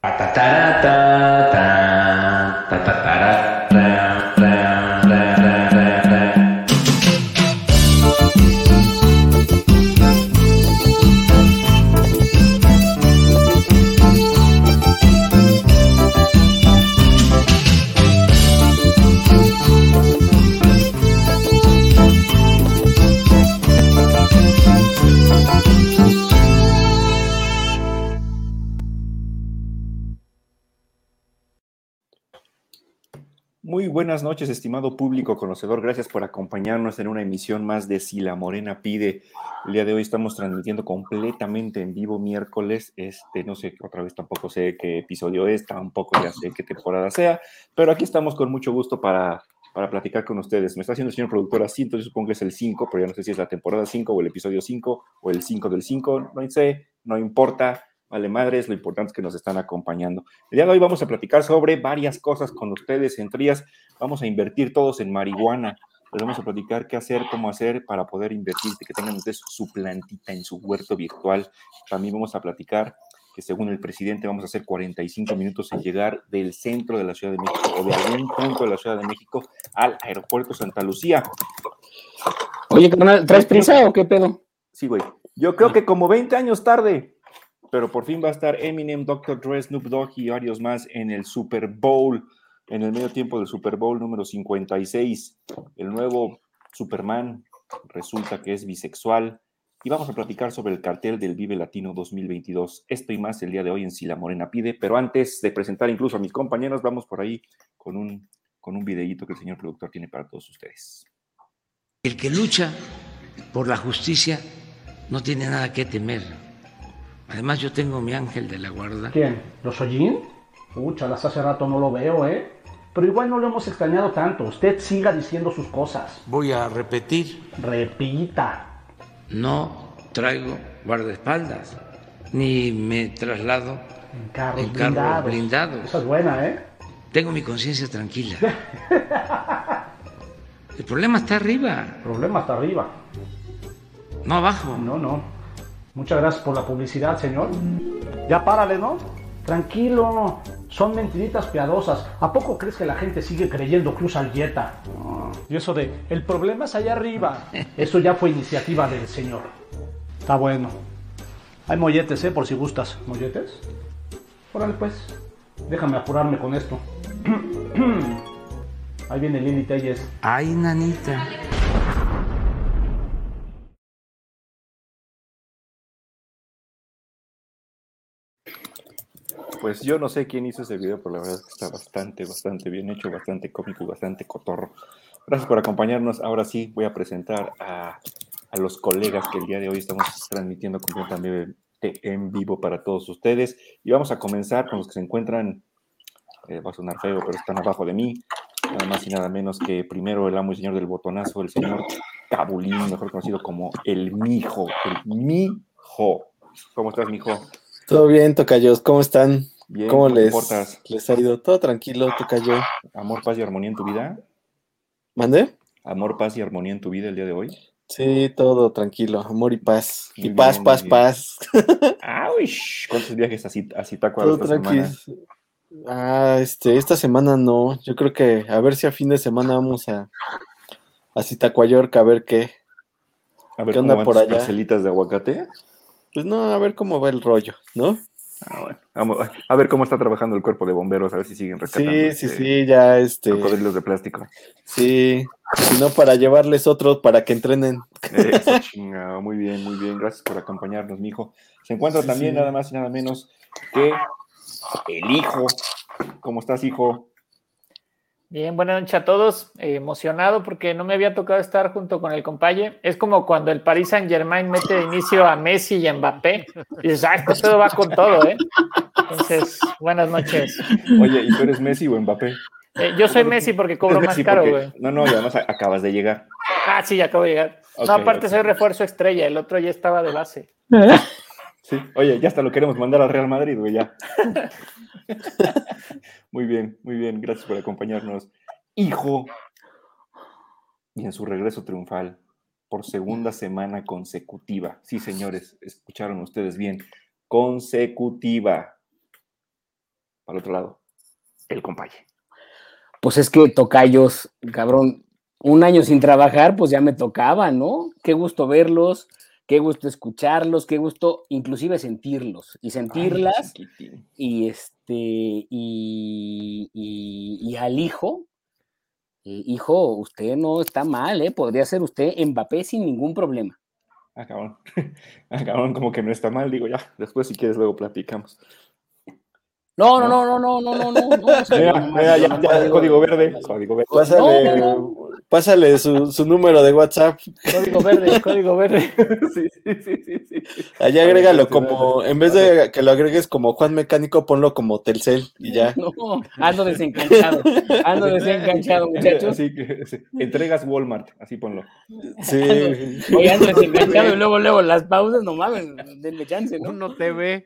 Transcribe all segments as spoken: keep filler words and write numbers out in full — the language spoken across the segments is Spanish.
Muy buenas noches, estimado público conocedor. Gracias por acompañarnos en una emisión más de Si la Morena Pide. El día de hoy estamos transmitiendo completamente en vivo miércoles. Este, no sé, otra vez tampoco sé qué episodio es, tampoco ya sé qué temporada sea, pero aquí estamos con mucho gusto para, para platicar con ustedes. Me está haciendo el señor productor así, entonces supongo que es el cinco, pero ya no sé si es la temporada cinco o el episodio cinco o el cinco del cinco. No sé, no importa. Vale madres, lo importante es que nos están acompañando. El día de hoy vamos a platicar sobre varias cosas con ustedes, entre ellas vamos a invertir todos en marihuana, les vamos a platicar qué hacer, cómo hacer para poder invertir, que tengan ustedes su plantita en su huerto virtual. También vamos a platicar que según el presidente vamos a hacer cuarenta y cinco minutos en llegar del centro de la Ciudad de México o de algún punto de la Ciudad de México al aeropuerto Santa Lucía. Oye, carnal, ¿traes prisa o qué pedo? Sí, güey. Yo creo que como veinte años tarde, pero por fin va a estar Eminem, doctor Dre, Snoop Dogg y varios más en el Super Bowl, en el medio tiempo del Super Bowl número cincuenta y seis. El nuevo Superman resulta que es bisexual y vamos a platicar sobre el cartel del Vive Latino dos mil veintidós. Esto y más el día de hoy en Si la Morena Pide, pero antes de presentar incluso a mis compañeros, vamos por ahí con un, con un videíto que el señor productor tiene para todos ustedes. El que lucha por la justicia no tiene nada que temer. Además, yo tengo mi ángel de la guarda. ¿Quién? ¿Los Hollín? Úchalas, hace rato no lo veo, ¿eh? Pero igual no lo hemos extrañado tanto. Usted siga diciendo sus cosas. Voy a repetir. Repita. No traigo guardaespaldas, ni me traslado en carros, en blindados. carros blindados. Esa es buena, ¿eh? Tengo mi conciencia tranquila. El problema está arriba. El problema está arriba. No abajo. No, no. Muchas gracias por la publicidad, señor. Ya párale, ¿no? Tranquilo, son mentiritas piadosas. ¿A poco crees que la gente sigue creyendo Cruz Allieta? No. Y eso de, el problema es allá arriba. Eso ya fue iniciativa del señor. Está bueno. Hay molletes, ¿eh? Por si gustas. ¿Molletes? Órale, pues. Déjame apurarme con esto. Ahí viene Lili Telles. Ay, nanita. Pues yo no sé quién hizo ese video, pero la verdad es que está bastante, bastante bien hecho, bastante cómico y bastante cotorro. Gracias por acompañarnos. Ahora sí voy a presentar a, a los colegas que el día de hoy estamos transmitiendo completamente en vivo para todos ustedes. Y vamos a comenzar con los que se encuentran, eh, va a sonar feo, pero están abajo de mí. Nada más y nada menos que primero el amo y señor del botonazo, el señor Cabulín, mejor conocido como el Mijo, el Mijo. ¿Cómo estás, Mijo? Todo bien, tocayos, ¿cómo están? Bien, ¿Cómo, ¿cómo les, te portas? les ha ido? Todo tranquilo, tocayo. ¿Amor, paz y armonía en tu vida? ¿Mande? ¿Amor, paz y armonía en tu vida el día de hoy? Sí, todo tranquilo, amor y paz. Muy y paz, bien, paz, paz. ¡Ay! ¿Cuántos viajes a, Cit- a Zitácuaro Todo esta tranquilo. semana? Ah, este, esta semana no. Yo creo que a ver si a fin de semana vamos a, a Zitácuaro, a ver qué. A ver ¿Qué cómo onda van por tus allá? parcelitas de aguacate. Pues no, a ver cómo va el rollo, ¿no? Ah, bueno. Vamos a ver cómo está trabajando el cuerpo de bomberos, a ver si siguen rescatando Sí, este, sí, sí, ya este. cocodrilos de plástico. Sí, si no, para llevarles otros para que entrenen. Eso, chingado. Muy bien, muy bien. Gracias por acompañarnos, mijo. Se encuentra Sí, también sí. nada más y nada menos que el hijo. ¿Cómo estás, hijo? Bien, buenas noches a todos. Eh, emocionado porque no me había tocado estar junto con el compañero. Es como cuando el Paris Saint Germain mete de inicio a Messi y a Mbappé. Y dices, ah, esto todo va con todo, ¿eh? Entonces, buenas noches. Oye, ¿y tú eres Messi o Mbappé? Eh, yo soy Messi porque cobro más Messi caro, porque... güey. No, no, y además acabas de llegar. Ah, sí, ya acabo de llegar. Okay, no, aparte okay. soy refuerzo estrella. El otro ya estaba de base. Sí, oye, ya hasta lo queremos mandar al Real Madrid, güey, ya. Muy bien, muy bien. Gracias por acompañarnos, hijo. Y en su regreso triunfal, por segunda semana consecutiva. Sí, señores, escucharon ustedes bien. Consecutiva. para el otro lado, el compañero. Pues es que tocayos, cabrón, un año sin trabajar, pues ya me tocaba, ¿no? Qué gusto verlos, qué gusto escucharlos, qué gusto inclusive sentirlos y sentirlas. Ay, y este y, y, y al hijo, eh, hijo, usted no está mal, ¿eh? Podría ser usted Mbappé sin ningún problema. Ah, cabrón. Ah, cabrón, como que no está mal, digo, ya, después si quieres luego platicamos. No, no, no, no, no, no, no, no, no. O sea, Mira, yo nomás, mira, yo ya, nomás ya, digo, código verde, código verde. Pásale, no, no, no. pásale su, su número de WhatsApp. Código verde, código verde. Sí, sí, sí, sí, sí. Allá A ver, agrégalo espérate, como, espérate. en vez de que lo agregues como Juan Mecánico, ponlo como Telcel y ya. No, ando desencanchado, ando desencanchado, muchachos. Así que, sí, entregas Walmart, así ponlo. Sí. Ando, oye, ando desencanchado y luego, luego las pausas, no mames, denme chance, ¿no? Uno T V.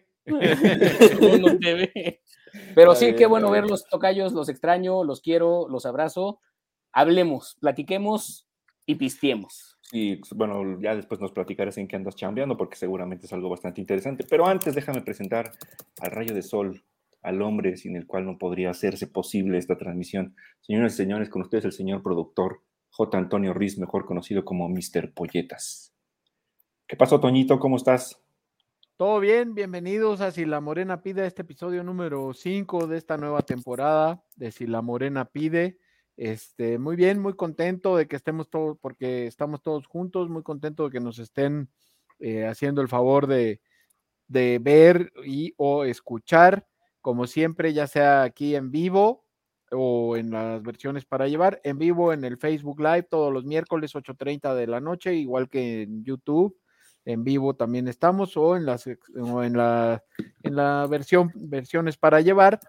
Uno te ve. Pero Está sí, bien, qué está bueno bien. verlos, tocayos, los extraño, los quiero, los abrazo. Hablemos, platiquemos y pistiemos. Y bueno, ya después nos platicarás en qué andas chambeando, porque seguramente es algo bastante interesante. Pero antes déjame presentar al rayo de sol, al hombre sin el cual no podría hacerse posible esta transmisión. Señoras y señores, con ustedes el señor productor J. Antonio Riz, mejor conocido como míster Polletas. ¿Qué pasó, Toñito? ¿Cómo estás? Todo bien, bienvenidos a Si la Morena Pide, este episodio número cinco de esta nueva temporada de Si la Morena Pide. Este, muy bien, muy contento de que estemos todos, porque estamos todos juntos, muy contento de que nos estén eh, haciendo el favor de, de ver y o escuchar, como siempre, ya sea aquí en vivo o en las versiones para llevar, en vivo en el Facebook Live todos los miércoles ocho treinta de la noche, igual que en YouTube. En vivo también estamos, o en las o en la en la versión versiones para llevar.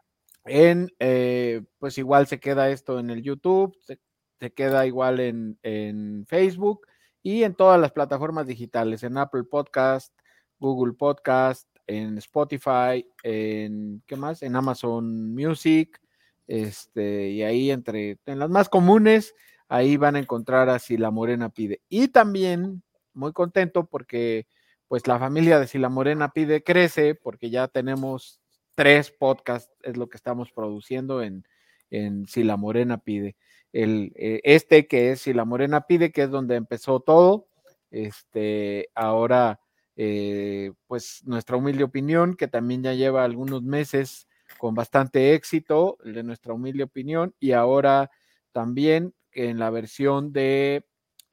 En eh, pues igual se queda esto en el YouTube, se, se queda igual en, en Facebook y en todas las plataformas digitales, en Apple Podcast, Google Podcast, en Spotify, en ¿qué más? En Amazon Music, este, y ahí entre en las más comunes, ahí van a encontrar a Si la Morena Pide. Y también muy contento porque pues la familia de Si la Morena Pide crece, porque ya tenemos tres podcasts, es lo que estamos produciendo en, en Si la Morena Pide. El, eh, este que es Si la Morena Pide, que es donde empezó todo, este, ahora eh, pues nuestra humilde opinión, que también ya lleva algunos meses con bastante éxito, de nuestra humilde opinión, y ahora también en la versión de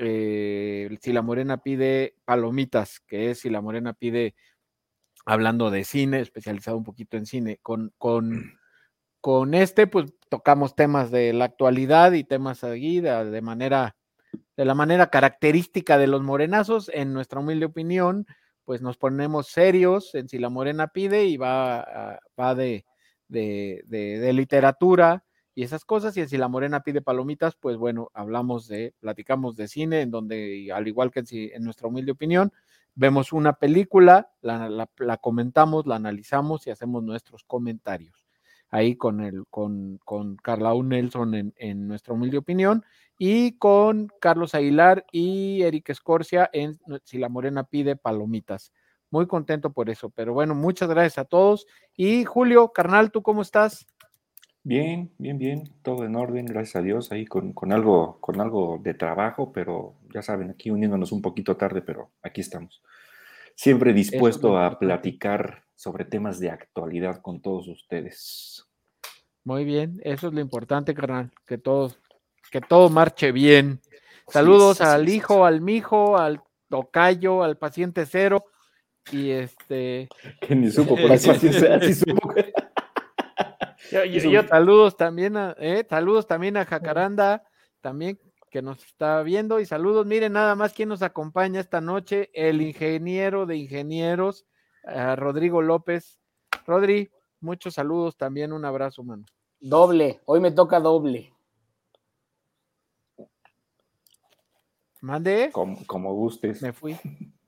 eh, Si la Morena Pide Palomitas, que es Si la Morena Pide hablando de cine, especializado un poquito en cine. Con, con, con este, pues tocamos temas de la actualidad y temas ahí de, de manera, de la manera característica de los morenazos. En nuestra humilde opinión, pues nos ponemos serios en Si la Morena Pide y va, va de, de, de, de literatura y esas cosas, y en Si la Morena Pide Palomitas, pues bueno, hablamos de, platicamos de cine, en donde, al igual que en, en nuestra humilde opinión, vemos una película, la, la, la comentamos, la analizamos y hacemos nuestros comentarios. Ahí con, el, con, con Carlau Nelson en, en nuestra humilde opinión y con Carlos Aguilar y Eric Escorcia en Si la Morena Pide Palomitas. Muy contento por eso, pero bueno, muchas gracias a todos. Y Julio, carnal, ¿tú cómo estás? Bien, bien, bien, todo en orden, gracias a Dios, ahí con, con, algo, con algo de trabajo, pero ya saben, aquí uniéndonos un poquito tarde, pero aquí estamos. Siempre dispuesto a platicar sobre temas de actualidad con todos ustedes. Muy bien, eso es lo importante, carnal, que todo, que todo marche bien. Saludos Así es, al así hijo, es. al mijo, al tocayo, al paciente cero, y este... Que ni supo, por qué paciente, así supo. Yo, yo, yo, saludos también a, eh, saludos también a Jacaranda, también que nos está viendo, y saludos, miren nada más quién nos acompaña esta noche, el ingeniero de ingenieros, uh, Rodrigo López. Rodri, muchos saludos también, un abrazo, mano. Doble, hoy me toca doble. ¿Mande? Como, como gustes. Me fui.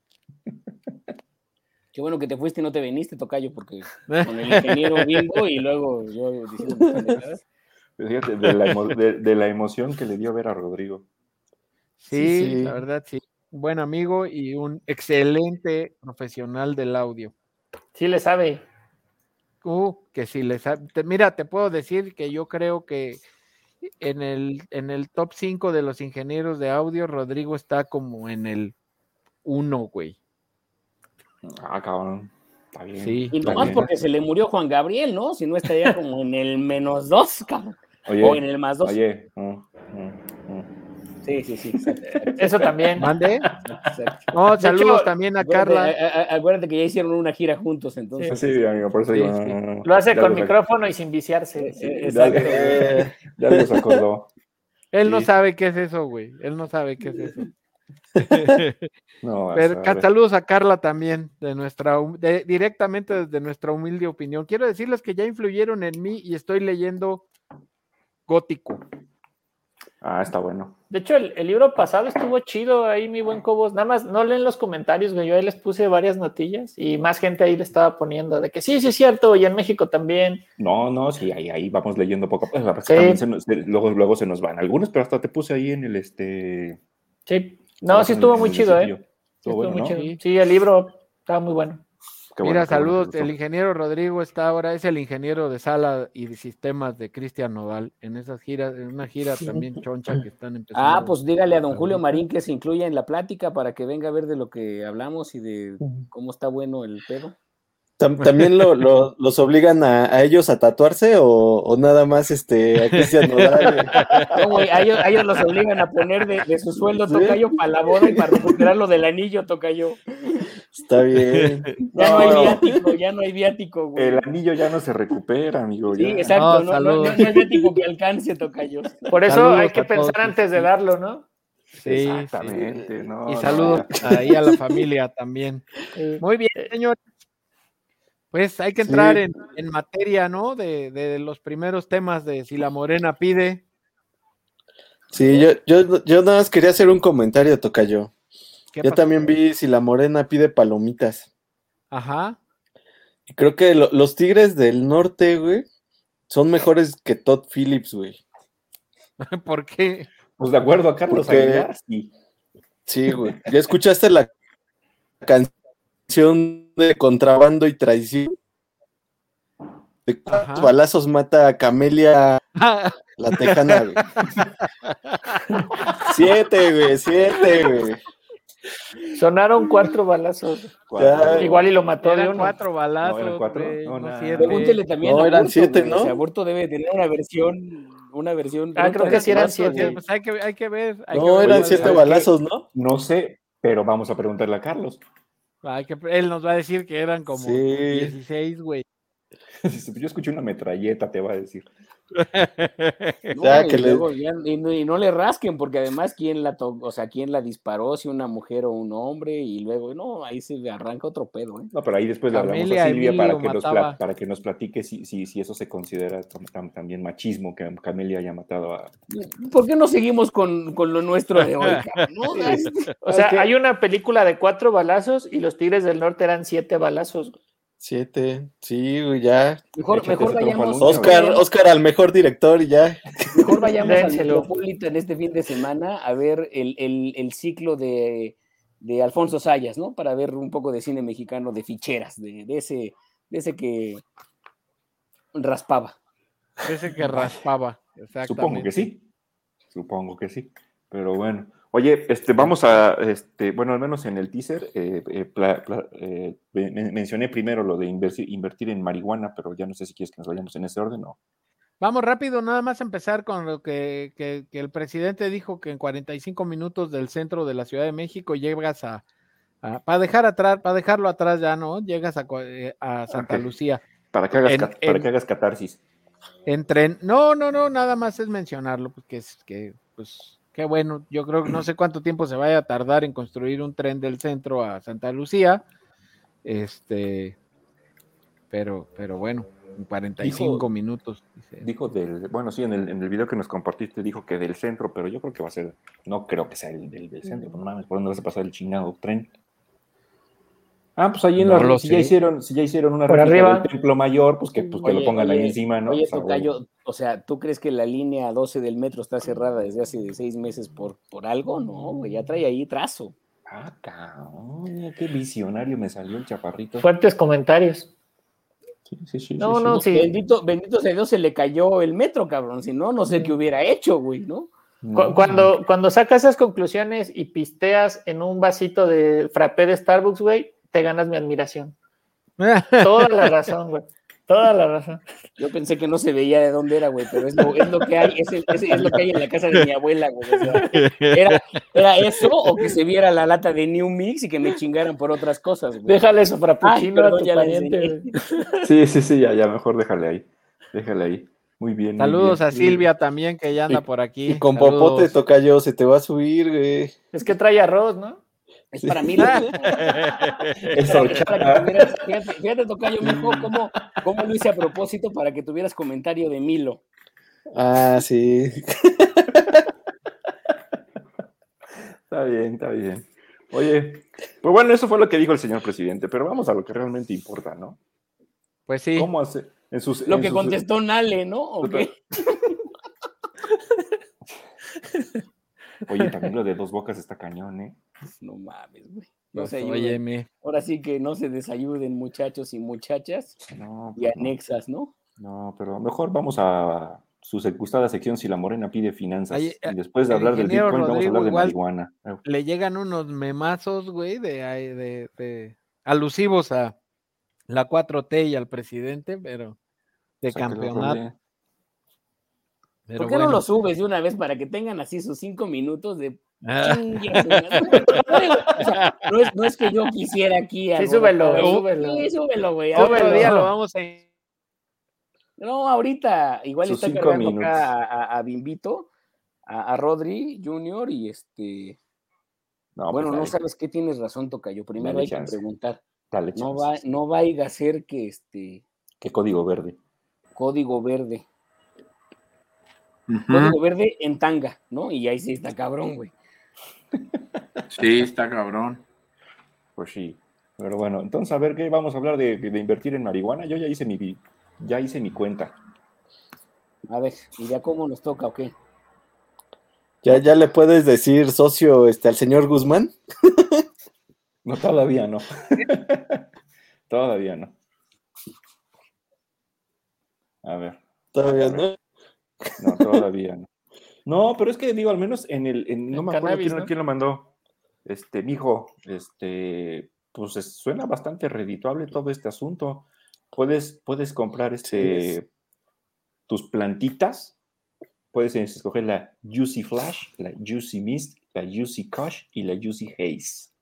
Qué bueno que te fuiste y no te viniste, tocayo, porque con el ingeniero Bimbo y luego yo diciendo mis pendejadas. Fíjate, de la, emo de, de la emoción que le dio ver a Rodrigo. Sí, sí, sí, la verdad, sí. Un buen amigo y un excelente profesional del audio. Sí le sabe. Uh, que si les... ha- te- mira, te puedo decir que yo creo que en el, en el top cinco de los ingenieros de audio, Rodrigo está como en el uno, güey. Ah, cabrón. Está bien. Sí. Y está nomás bien. porque se le murió Juan Gabriel, ¿no? Si no estaría como en el menos dos, cabrón. Oye, O en el más dos. Oye. mm, mm, mm. Sí, sí, sí. Exacto, exacto, Eso también. ¿Mande? exacto. No, De saludos hecho, también a Acuérdate, Carla. a- a- acuérdate que ya hicieron una gira juntos, entonces. Sí, amigo, por eso Sí, digo, sí. no, no, no. Lo hace Ya con lo sac- micrófono y sin viciarse. Sí, Eh, ya- exacto. eh, ya lo se acordó. Él no Sí. sabe qué es eso, güey. Él no sabe qué es eso. No, vas Pero a ca- ver. saludos a Carla también, de nuestra hum- de- directamente desde nuestra humilde opinión. Quiero decirles que ya influyeron en mí y estoy leyendo Gótico. Ah, está bueno. De hecho, el, el libro pasado estuvo chido ahí, mi buen Cobos. Nada más no leen los comentarios, güey. Yo ahí les puse varias notillas y más gente ahí le estaba poniendo de que sí, sí es cierto, y en México también. No, no, sí, ahí, ahí vamos leyendo poco a poco. La verdad es que Sí. también se nos- se- luego, luego se nos van algunos, pero hasta te puse ahí en el este. Sí. No, sí en el- estuvo en muy el chido, sitio. ¿eh? Sí, Estuvo estuvo bueno, muy ¿no? chido. Sí. Sí, el libro estaba muy bueno. Qué Mira, bueno, qué bueno que saludos. te El gustó. ingeniero Rodrigo está ahora, es el ingeniero de sala y de sistemas de Cristian Nodal en esas giras, en una gira también choncha que están empezando. Ah, pues dígale a don Julio Marín que se incluya en la plática para que venga a ver de lo que hablamos y de cómo está bueno el pedo. Tam- ¿También lo, lo- los obligan a, a ellos a tatuarse o, o nada más este, a Cristian Nodal? No, güey, a ellos, a ellos los obligan a poner de, de su sueldo, ¿Sí? tocayo, para la boda y para recuperar lo del anillo, tocayo. Está bien. Ya no, hay No. viático, ya no hay viático, güey. El anillo ya no se recupera, amigo. Sí, ya. exacto, No, no, no, saludos. no, no hay viático que alcance, tocayo. Por eso Saludos hay que a todos, pensar antes sí. de darlo, ¿no? Sí, Exactamente. No, Y no, saludos ya. ahí a la familia también. Sí. Muy bien, señor. Pues hay que entrar Sí. en, en materia, ¿no? De, de los primeros temas de Si la Morena pide. Sí, yo, yo, yo nada más quería hacer un comentario, tocayo. ¿Qué Yo pasó? también vi Si la Morena pide palomitas. Ajá. Y creo que lo- los Tigres del Norte, güey, son mejores que Todd Phillips, güey. ¿Por qué? Pues de acuerdo a Carlos Porque- Aguilar, sí. Sí, güey. ¿Ya escuchaste la canción de Contrabando y Traición? De cuántos Ajá. balazos mata a Camelia la Tejana, güey. Siete, güey, siete, güey. Sonaron cuatro balazos. Cuatro. Igual y lo mató de Eran uno. cuatro balazos. No, eran cuatro. güey, No, no nada. siete. Pregúntele también No, a eran Burto, siete, güey. ¿no? O sea, Burto debe tener una versión, una versión. Ah, creo Burto que de sí eran cuatro, siete. güey. Pues hay que, hay que ver. Hay que No, ver eran cuál- siete ¿sabes balazos, ¿no? No sé, pero vamos a preguntarle a Carlos. hay que- él nos va a decir que eran como Sí. dieciséis, güey. Yo escuché una metralleta, te va a decir. No, Ya, y, que le- luego ya- y no, y no le rasquen, porque además, ¿quién la to- o sea, quién la disparó? Si una mujer o un hombre, y luego, no, ahí se arranca otro pedo, ¿eh? No, pero ahí después le hablamos Camelia a Silvia para Emilio que, nos mataba. pla- para que nos platique si, si, si eso se considera tam- tam- también machismo, que Camelia haya matado a... ¿Por qué no seguimos con, con lo nuestro de hoy, cabrón? No, este, O sea, Es que- hay una película de cuatro balazos y los Tigres del Norte eran siete balazos. Siete, sí, güey, ya. mejor, Échate mejor ese trompo vayamos. al uña, Oscar, vayamos- Oscar al mejor director y ya. Mejor vayamos al Dénselo. Metropolitan este fin de semana a ver el, el, el ciclo de, de Alfonso Sayas, ¿no? Para ver un poco de cine mexicano de ficheras, de, de ese, de ese que raspaba. Ese que raspaba. Exactamente. Supongo que sí. Supongo que sí. Pero bueno. Oye, este, vamos a, este, bueno, al menos en el teaser, eh, eh, pla- pla- eh, men- mencioné primero lo de invertir, invertir en marihuana, pero ya no sé si quieres que nos vayamos en ese orden o... Vamos rápido, nada más empezar con lo que, que, que el presidente dijo que en cuarenta y cinco minutos del centro de la Ciudad de México llegas a, a para dejar atrás, para dejarlo atrás ya, ¿no? Llegas a, cua- eh, a Santa Ok. Lucía. Para que hagas, En- cat- para en- que hagas catarsis. En tren, no, no, no, nada más es mencionarlo, porque es que, pues, qué bueno, yo creo que no sé cuánto tiempo se vaya a tardar en construir un tren del centro a Santa Lucía, este, pero, pero bueno, en cuarenta y cinco Dijo- minutos. dice. Dijo del, bueno, sí, en el, en el video que nos compartiste dijo que del centro, pero yo creo que va a ser, no creo que sea el del, del centro, no mames, ¿por dónde vas a pasar el chingado tren? Ah, pues ahí en No la, lo si sé. ya hicieron, si ya hicieron una Por réplica arriba. del Templo Mayor, pues que, pues que lo Oye, pongan ahí oye, encima, ¿no? Oye, O sea, tocayo, o sea, ¿tú crees que la línea doce del metro está cerrada desde hace seis meses por, por algo? No, güey, ya trae ahí trazo. Ah, cabrón, mira qué visionario me salió el chaparrito. Fuertes comentarios. Sí, sí, sí, No, sí, no, sí. sí. Bendito, bendito sea Dios, se le cayó el metro, cabrón. Si no, no sé qué hubiera hecho, güey, ¿no? Cu- Cuando, cuando sacas esas conclusiones y pisteas en un vasito de frappé de Starbucks, güey, te ganas mi admiración. Toda la razón, güey. Toda la razón. Yo pensé que no se veía de dónde era, güey, pero es lo, es lo que hay, es, el- es, es lo que hay en la casa de mi abuela, güey. O sea, era, era eso o que se viera la lata de New Mix y que me chingaran por otras cosas, güey. Déjale su Ay, frappuccino perdón, a tu ya la pariente, enseñé. güey. Sí, sí, sí, ya, ya, mejor déjale ahí. Déjale ahí. Muy bien, muy Saludos bien. a Silvia también, que ya anda Y- por aquí. Y con Saludos. popote tocayo, se te va a subir, güey. Es que trae arroz, ¿no? Es para mí, güey. Es Es para que horchata. tuvieras, fíjate, fíjate, tocayo, mijo, cómo, cómo lo hice a propósito para que tuvieras comentario de Milo. Ah, sí. Está bien, está bien. Oye, pues bueno, eso fue lo que dijo el señor presidente, pero vamos a lo que realmente importa, ¿no? Pues sí. ¿Cómo hace? En sus, Lo en que sus- contestó Nale, ¿no? ¿O qué? Oye, también lo de dos bocas está cañón, ¿eh? No mames, güey. No Pues, se ayuden. óyeme. Ahora sí que no se desayuden, muchachos y muchachas No, y pues no. anexas, ¿no? No, pero mejor vamos a su gustada sección si la morena pide finanzas. Oye, y después de el hablar del ingeniero Bitcoin, vamos a Rodrigo hablar de igual- marihuana. Le llegan unos memazos, güey, de, de, de alusivos a la cuatro T y al presidente, pero de O sea, que lo campeonato. rodee. Pero ¿Por qué bueno. no lo subes de una vez para que tengan así sus cinco minutos de Ah. chingue a su madre? O sea, no es, no es que yo quisiera aquí. Sí, alborotar súbelo, ahí. súbelo. Sí, súbelo, güey. Otro Súbelo. día lo vamos a... No, ahorita igual Sus está cinco cargando minutos. acá a, a, a Bimbito, a, a Rodri Junior y este. No, bueno, pues no dale, sabes qué tienes razón, tocayo. Primero Dale hay chance. que preguntar. dale No, chance. va, no vaya a ser que este ¿Qué código verde? código verde. Código verde en tanga, ¿no? Y ahí sí está cabrón, güey. Sí, está cabrón. Pues sí. Pero bueno, entonces a ver qué vamos a hablar de, de invertir en marihuana. Yo ya hice mi ya hice mi cuenta. A ver, ¿y ya cómo nos toca o qué? ¿Ya, ya le puedes decir socio este, al señor Guzmán? No, todavía no. Todavía no. A ver. Todavía a ver. no. No, todavía no. No, pero es que digo, al menos en el, en, no En me acuerdo cannabis, quién, ¿no? quién lo mandó. Este, mijo, este, pues es- suena bastante redituable todo este asunto. Puedes, puedes comprar este, Sí. tus plantitas. Puedes escoger la Juicy Flash, la Juicy Mist, la Juicy Kush y la Juicy Haze.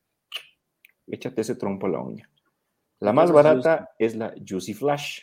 Échate ese trompo a la uña. La más Entonces, barata es la Juicy Flash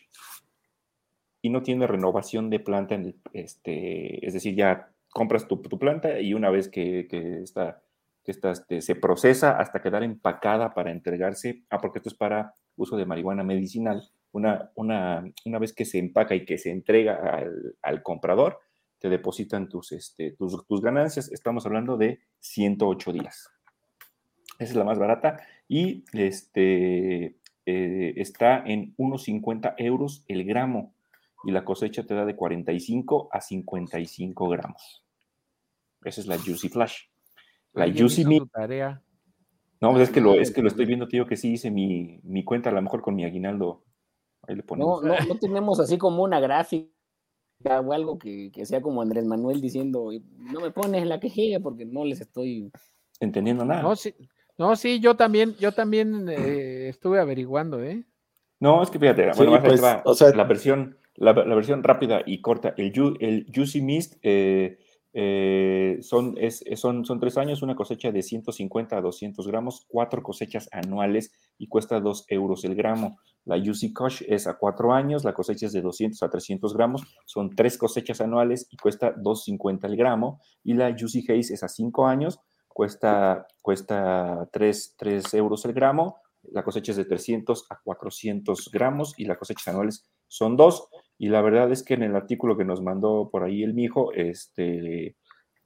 y no tiene renovación de planta en el, este, es decir, ya compras tu, tu planta y una vez que, que, está, que está, este, se procesa hasta quedar empacada para entregarse, ah, porque esto es para uso de marihuana medicinal, una, una, una vez que se empaca y que se entrega al, al comprador, te depositan tus, este, tus, tus ganancias, estamos hablando de ciento ocho días. Esa es la más barata y este, eh, está en unos cincuenta euros el gramo y la cosecha te da de cuarenta y cinco a cincuenta y cinco gramos. Esa es la Juicy Flash. La Alguien Juicy hizo Mist. su tarea. No, pues es que, lo, madre, es que lo estoy güey. viendo, tío, que sí hice mi, mi cuenta, a lo mejor con mi aguinaldo. Ahí le ponemos. No, no, no tenemos así como una gráfica o algo que, que sea como Andrés Manuel diciendo, no me pones la quejilla porque no les estoy. Entendiendo nada. No, sí, no, sí, yo también, yo también eh, estuve averiguando, ¿eh? No, es que fíjate, Sí, bueno, más ahí pues, te va. o sea- la versión, la, la versión rápida y corta. El, Ju- el Juicy Mist eh, eh, son, es, son, son tres años, una cosecha de ciento cincuenta a doscientos gramos, cuatro cosechas anuales y cuesta dos euros el gramo. La Juicy Kush es a cuatro años, la cosecha es de doscientos a trescientos gramos, son tres cosechas anuales y cuesta dos cincuenta el gramo. Y la Juicy Haze es a cinco años, cuesta, cuesta tres euros el gramo. La cosecha es de trescientos a cuatrocientos gramos y las cosechas anuales son dos. Y la verdad es que en el artículo que nos mandó por ahí el mijo, este,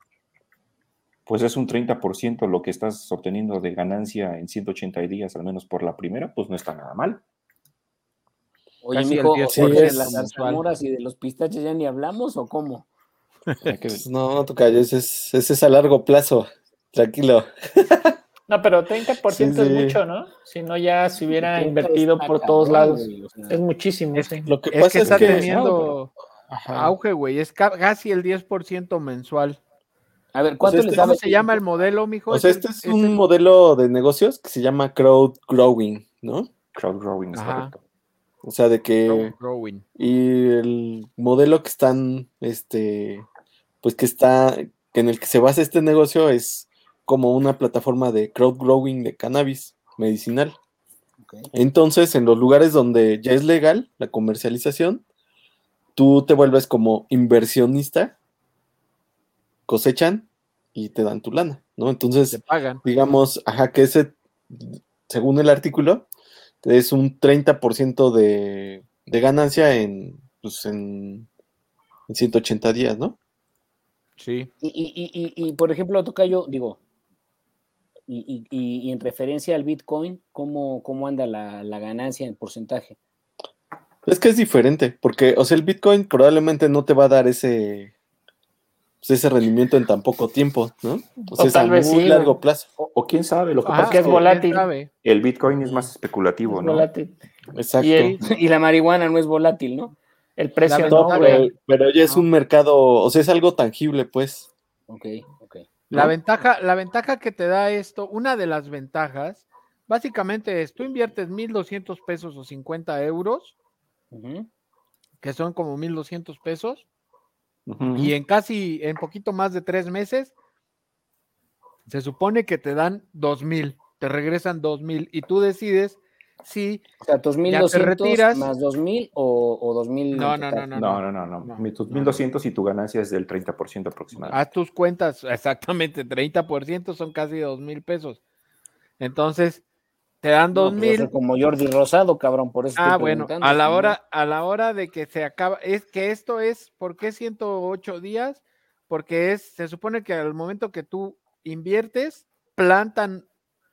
pues es un treinta por ciento lo que estás obteniendo de ganancia en ciento ochenta días, al menos por la primera, pues no está nada mal. Oye, Casi el mijo, diez o por sea, de ciento las mensual. zarzamoras y de los pistaches ya ni hablamos o cómo. Hay que- No, tocayo, ese es, ese es a largo plazo. Tranquilo. No, pero treinta por ciento Sí, sí. es mucho, ¿no? Si no, ya se hubiera treinta invertido está por cabrón, todos lados. güey, o sea. Es muchísimo, Es, sí. Lo que es pasa que es está que teniendo Ajá. auge, güey. Es ca- casi el diez por ciento mensual. A ver, O ¿cuánto sea, les este- ¿Cómo sabe? se llama el modelo, mijo? o sea, Es el- este es es un el- modelo de negocios que se llama crowd growing, ¿no? Crowd growing, es Ajá. correcto. O sea, de que growing. y el modelo que están, este, pues que está, que en el que se basa este negocio es como una plataforma de crowd growing de cannabis medicinal. Ok. Entonces, en los lugares donde ya es legal la comercialización, tú te vuelves como inversionista, cosechan y te dan tu lana, ¿no? Te Entonces, pagan. digamos, ajá, que ese, según el artículo, es un treinta por ciento de, de ganancia en, pues en, en ciento ochenta días, ¿no? Sí. Y, y, y, y, y, por ejemplo, Tocayo, digo, y, y, y, y en referencia al Bitcoin, ¿cómo, cómo anda la, la ganancia en porcentaje? Es que es diferente, porque, o sea, el Bitcoin probablemente no te va a dar ese, pues, ese rendimiento en tan poco tiempo, ¿no? O sea, O es a tal vez muy sí, largo güey. plazo. O, o quién sabe, lo que Ajá, pasa es es que volátil. ¿quién sabe? el Bitcoin es más especulativo, Es ¿no? volátil. Exacto. Y el, Y la marihuana no es volátil, ¿no? el precio La no, ventaja- pero, güey. pero ya es No. un mercado, o sea, es algo tangible, pues. Ok, ok. La ¿no? ventaja, la ventaja que te da esto, una de las ventajas, básicamente es, tú inviertes mil doscientos pesos o cincuenta euros, Uh-huh. que son como mil doscientos pesos, Ujú. y en casi, en poquito más de tres meses, se supone que te dan dos mil, te regresan dos mil, y tú decides si O sea, tus mil ya te doscientos retiras. más dos mil o, o dos mil. No, no, no, no, No, no, no, no. no, Mi- tus no, mil doscientos y tu ganancia es del treinta por ciento aproximadamente. Haz tus cuentas, exactamente, treinta por ciento son casi dos mil pesos. Entonces, te dan No, dos pues yo soy mil. como Jordi Rosado, cabrón, por eso Ah, estoy bueno, preguntando. a la si no- hora, a la hora de que se acaba, es que esto es, ¿por qué ciento ocho días? Porque es, se supone que al momento que tú inviertes, plantan,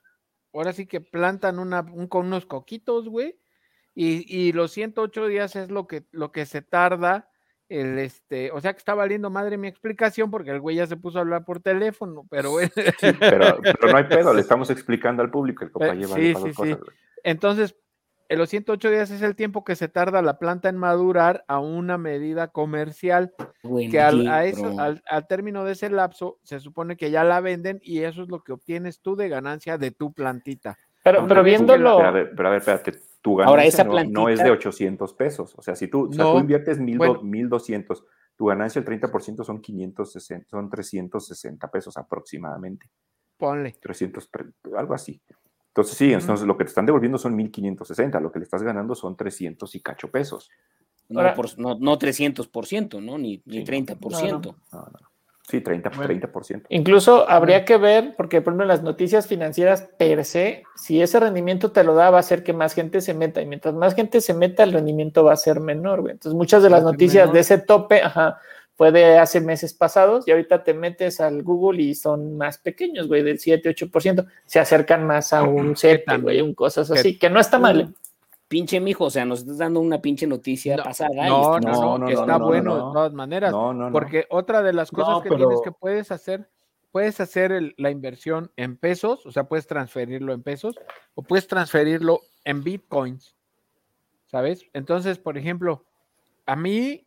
ahora sí que plantan una, un, con unos coquitos, güey, y, y los ciento ocho días es lo que, lo que se tarda el, este, o sea que está valiendo madre mi explicación porque el güey ya se puso a hablar por teléfono, pero bueno. Sí, pero, pero no hay pedo, le estamos explicando al público, el compañero Sí, vale para sí, dos sí. cosas, güey. Entonces, en los ciento ocho días es el tiempo que se tarda la planta en madurar a una medida comercial, Buen que al, día, a eso, bro. al, al término de ese lapso se supone que ya la venden y eso es lo que obtienes tú de ganancia de tu plantita. Pero, Aunque pero ves que viéndolo, Pero a ver, pero a ver, espérate, tu Ahora, ganancia esa no, plantita. no es de ochocientos pesos. O sea, si tú, o sea, tú No, inviertes mil bueno. doscientos, tu ganancia el treinta por ciento son quinientos sesenta, son trescientos sesenta pesos aproximadamente. Ponle. trescientos, algo así. Entonces, sí, Ujú. entonces lo que te están devolviendo son mil quinientos sesenta, lo que le estás ganando son trescientos y cacho pesos. No, Ahora- por, no, no trescientos por ciento, ¿no? Ni, ni Sí, no. treinta por ciento. No, no, no. Sí, treinta, Bueno. treinta por ciento. incluso habría que ver, porque por ejemplo las noticias financieras per se, si ese rendimiento te lo da, va a hacer que más gente se meta, y mientras más gente se meta, el rendimiento va a ser menor, güey. Entonces muchas de Va a las ser noticias menor. de ese tope, ajá, fue de hace meses pasados, y ahorita te metes al Google y son más pequeños, güey, del siete, ocho por ciento, se acercan más a un siete, tan? güey, un cosas ¿Qué? así, que no está mal. Pinche mijo, o sea, nos estás dando una pinche noticia No, pasada. y No, estamos- no, no, No, no, está no, no, bueno no, de no. todas maneras. No, no, no. Porque otra de las cosas No, que pero- tienes que puedes hacer, puedes hacer el- la inversión en pesos, o sea, puedes transferirlo en pesos o puedes transferirlo en bitcoins, ¿sabes? Entonces, por ejemplo, a mí,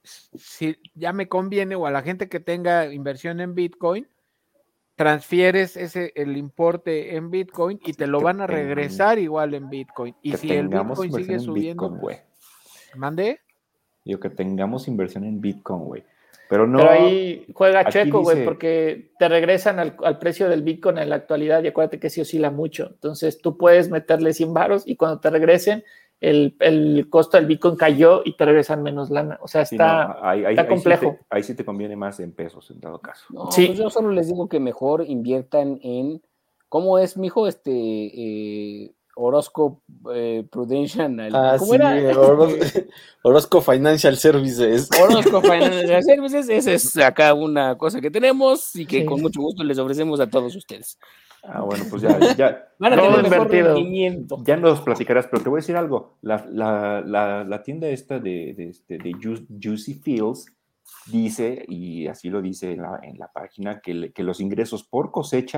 si ya me conviene o a la gente que tenga inversión en bitcoin, transfieres ese, el importe en bitcoin y te lo Que van a tengan- regresar igual en bitcoin. Y que si el tengamos bitcoin sigue inversión en subiendo, Bitcoin, güey. mande. Digo, que tengamos inversión en Bitcoin, güey. Pero no. Pero ahí juega aquí chueco, güey, dice- porque te regresan al, al precio del Bitcoin en la actualidad y acuérdate que sí oscila mucho. Entonces tú puedes meterle cien varos y cuando te regresen, el, el costo del Bitcoin cayó y te regresan menos lana. O sea, Sí, está, no, ahí, ahí- está ahí complejo. Sí te, ahí sí te conviene más en pesos, en dado caso. No, Sí. pues yo solo les digo que mejor inviertan en. ¿Cómo es, mijo? Este. Eh, Orozco eh, Prudential. Ah, ¿Cómo sí, era? Oros- Orozco Financial Services. Orozco Financial Services. Esa es acá una cosa que tenemos y que Sí. con mucho gusto les ofrecemos a todos ustedes. Ah, bueno, pues ya, ya, Van a Todo tener mejor invertido. rendimiento. ya nos platicarás, pero te voy a decir algo. La, la, la, la tienda esta de, de, este- de Ju- Juicy Fields dice, y así lo dice en la, en la página, que, le- que los ingresos por cosecha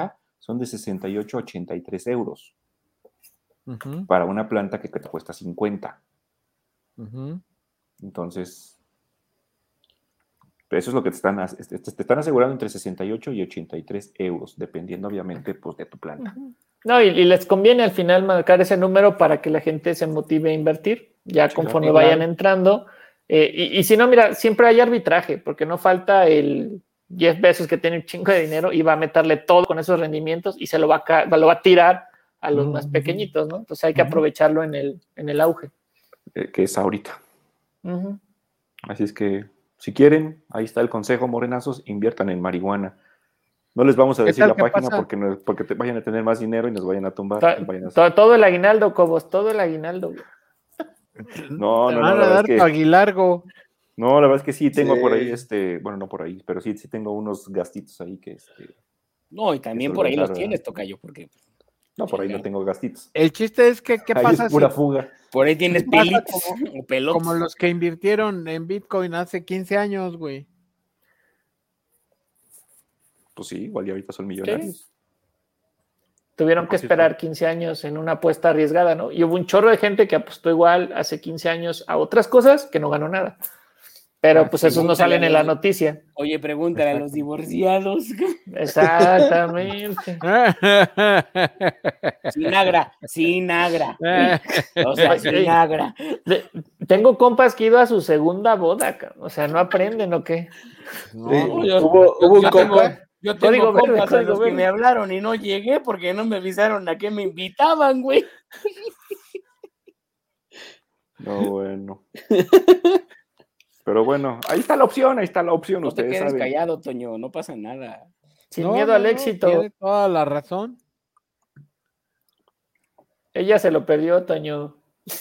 son de sesenta y ocho a ochenta y tres euros. Uh-huh. Para una planta que te cuesta cincuenta. Uh-huh. Entonces, eso es lo que te están, te están asegurando entre sesenta y ocho y ochenta y tres euros, dependiendo obviamente pues, de tu planta. No, y, y les conviene al final marcar ese número para que la gente se motive a invertir, ya sí, conforme claro. vayan entrando. Eh, y, y si no, mira, siempre hay arbitraje, porque no falta el Jeff Bezos que tiene un chingo de dinero y va a meterle todo con esos rendimientos y se lo va a, lo va a tirar a los uh-huh. más pequeñitos, ¿no? Entonces hay que uh-huh. aprovecharlo en el, en el auge. Eh, que es ahorita. Uh-huh. Así es que, si quieren, ahí está el consejo, morenazos, inviertan en marihuana. No les vamos a decir la página porque, no, porque te vayan a tener más dinero y nos vayan a tumbar. To, vayan a to, todo el aguinaldo, Cobos, todo el aguinaldo. No, no, no. Van a dar tu aguilargo. No, la verdad es que sí, tengo sí. por ahí, este, bueno, no por ahí, pero sí, sí tengo unos gastitos ahí que, este... No, y también por ahí los tienes, tocayo, porque... No, por ahí no tengo gastitos. El chiste es que, ¿qué ahí pasa es pura si... fuga. Por ahí tienes pelitos como, o pelotas. Como los que invirtieron en Bitcoin hace quince años, güey. Pues sí, igual ya ahorita son millonarios. ¿Sí? Tuvieron que esperar quince años en una apuesta arriesgada, ¿no? Y hubo un chorro de gente que apostó igual hace quince años a otras cosas que no ganó nada. Pero ah, pues esos no salen en la noticia. Oye, pregúntale a los divorciados. Exactamente. Sinagra, Sinagra. O sea, Sinagra. Tengo compas que han ido a su segunda boda, o sea, ¿no aprenden o qué? No, sí, yo, hubo, hubo un compa. Yo tengo compas a los que me hablaron y no llegué porque no me avisaron a qué me invitaban, güey. No, bueno. Pero bueno, ahí está la opción, ahí está la opción, no ustedes te quedes saben. Callado, Toño, no pasa nada. Sin no, miedo no, al no, éxito. Tiene toda la razón. Ella se lo perdió, Toño.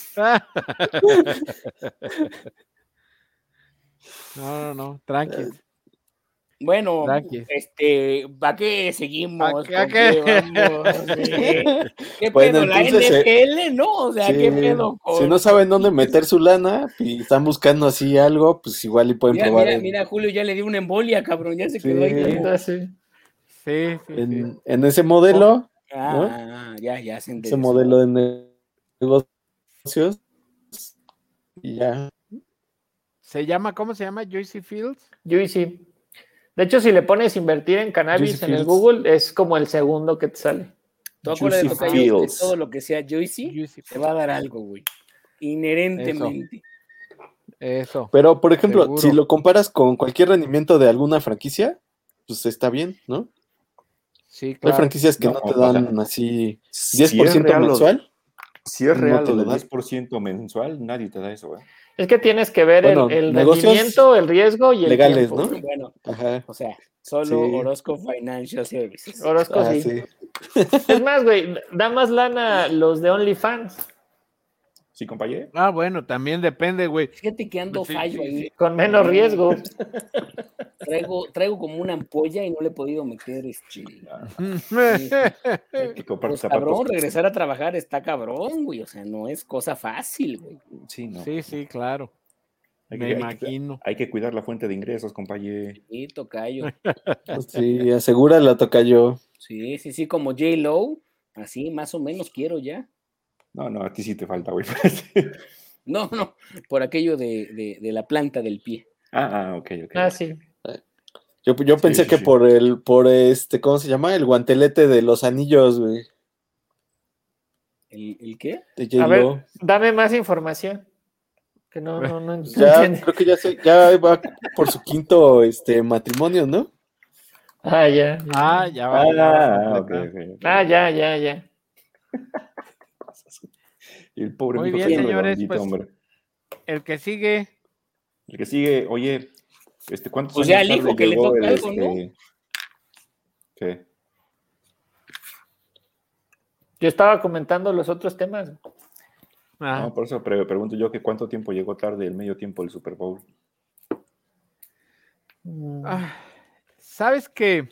No, no, no, tranqui. Bueno, Tranquis. este, ¿para qué seguimos? ¿A qué? ¿Qué, vamos? ¿Qué, ¿Qué bueno, pedo? ¿La entonces, N F L? No, o sea, sí, ¿qué pedo? Con... Si no saben dónde meter su lana y están buscando así algo, pues igual y pueden mira, probar. Mira, en... mira, Julio ya le dio una embolia, cabrón, ya se sí, quedó ahí. Sí, sí, sí, en, sí. en ese modelo, ah, ¿no? ya, ya se entendió. Ese modelo de negocios y ya. ¿Se llama, cómo se llama? Juicy Fields. Juicy. De hecho, si le pones invertir en cannabis Juicy en Fields. El Google, es como el segundo que te sale. Tú acuerdas de, de todo lo que sea Juicy, Juicy te va a dar algo, güey. Inherentemente. Eso. Eso. Pero, por ejemplo, seguro. Si lo comparas con cualquier rendimiento de alguna franquicia, pues está bien, ¿no? Sí, claro. Hay franquicias que no, no te dan o sea, así diez por ciento si es mensual. Si es real no lo del diez por ciento mensual, nadie te da eso, güey. Es que tienes que ver bueno, el, el rendimiento, el riesgo y el legales, tiempo. ¿no? Bueno, ajá. O sea, solo sí. Orozco Financial Services. Orozco ah, sí. sí. Es más, güey, da más lana los de OnlyFans. ¿Sí, compañero? Ah, bueno, también depende, güey. Fíjate que ando sí, fallo sí, ahí. Sí. Con menos riesgo. Traigo, traigo como una ampolla y no le he podido meter este. Sí, Hay que comprar pues, zapatos. Cabrón, regresar a trabajar está cabrón, güey. O sea, no es cosa fácil, güey. Sí, no. Sí, sí, claro. Hay Me que, imagino. Hay que, hay que cuidar la fuente de ingresos, compañero. Sí, tocayo. Sí, asegúrala, tocayo. Sí, sí, sí, como J-Lo. Así, más o menos quiero ya. No, no, a ti sí te falta, güey. No, no, por aquello de, de, de la planta del pie. Ah, ah, ok, ok. Ah, sí. Yo, yo pensé sí, sí, que sí. por el, por este, ¿cómo se llama? El guantelete de los anillos, güey. ¿El, el qué? De a ver, dame más información. Que no, no, no, ya, no creo que ya, se, ya va por su quinto este, matrimonio, ¿no? Ah, ya. Ah, ya va. Ah, ya va okay, okay, okay. ah, ya, ya, ya. Y el pobre Muy bien, señores, pues, hombre. El que sigue. El que sigue, oye, este, ¿cuántos pues años ya el hijo que le toca el, algo, este... ¿no? ¿Qué? Yo estaba comentando los otros temas. Ah. No, por eso pre pregunto yo que cuánto tiempo llegó tarde el medio tiempo del Super Bowl. Ah, ¿sabes qué?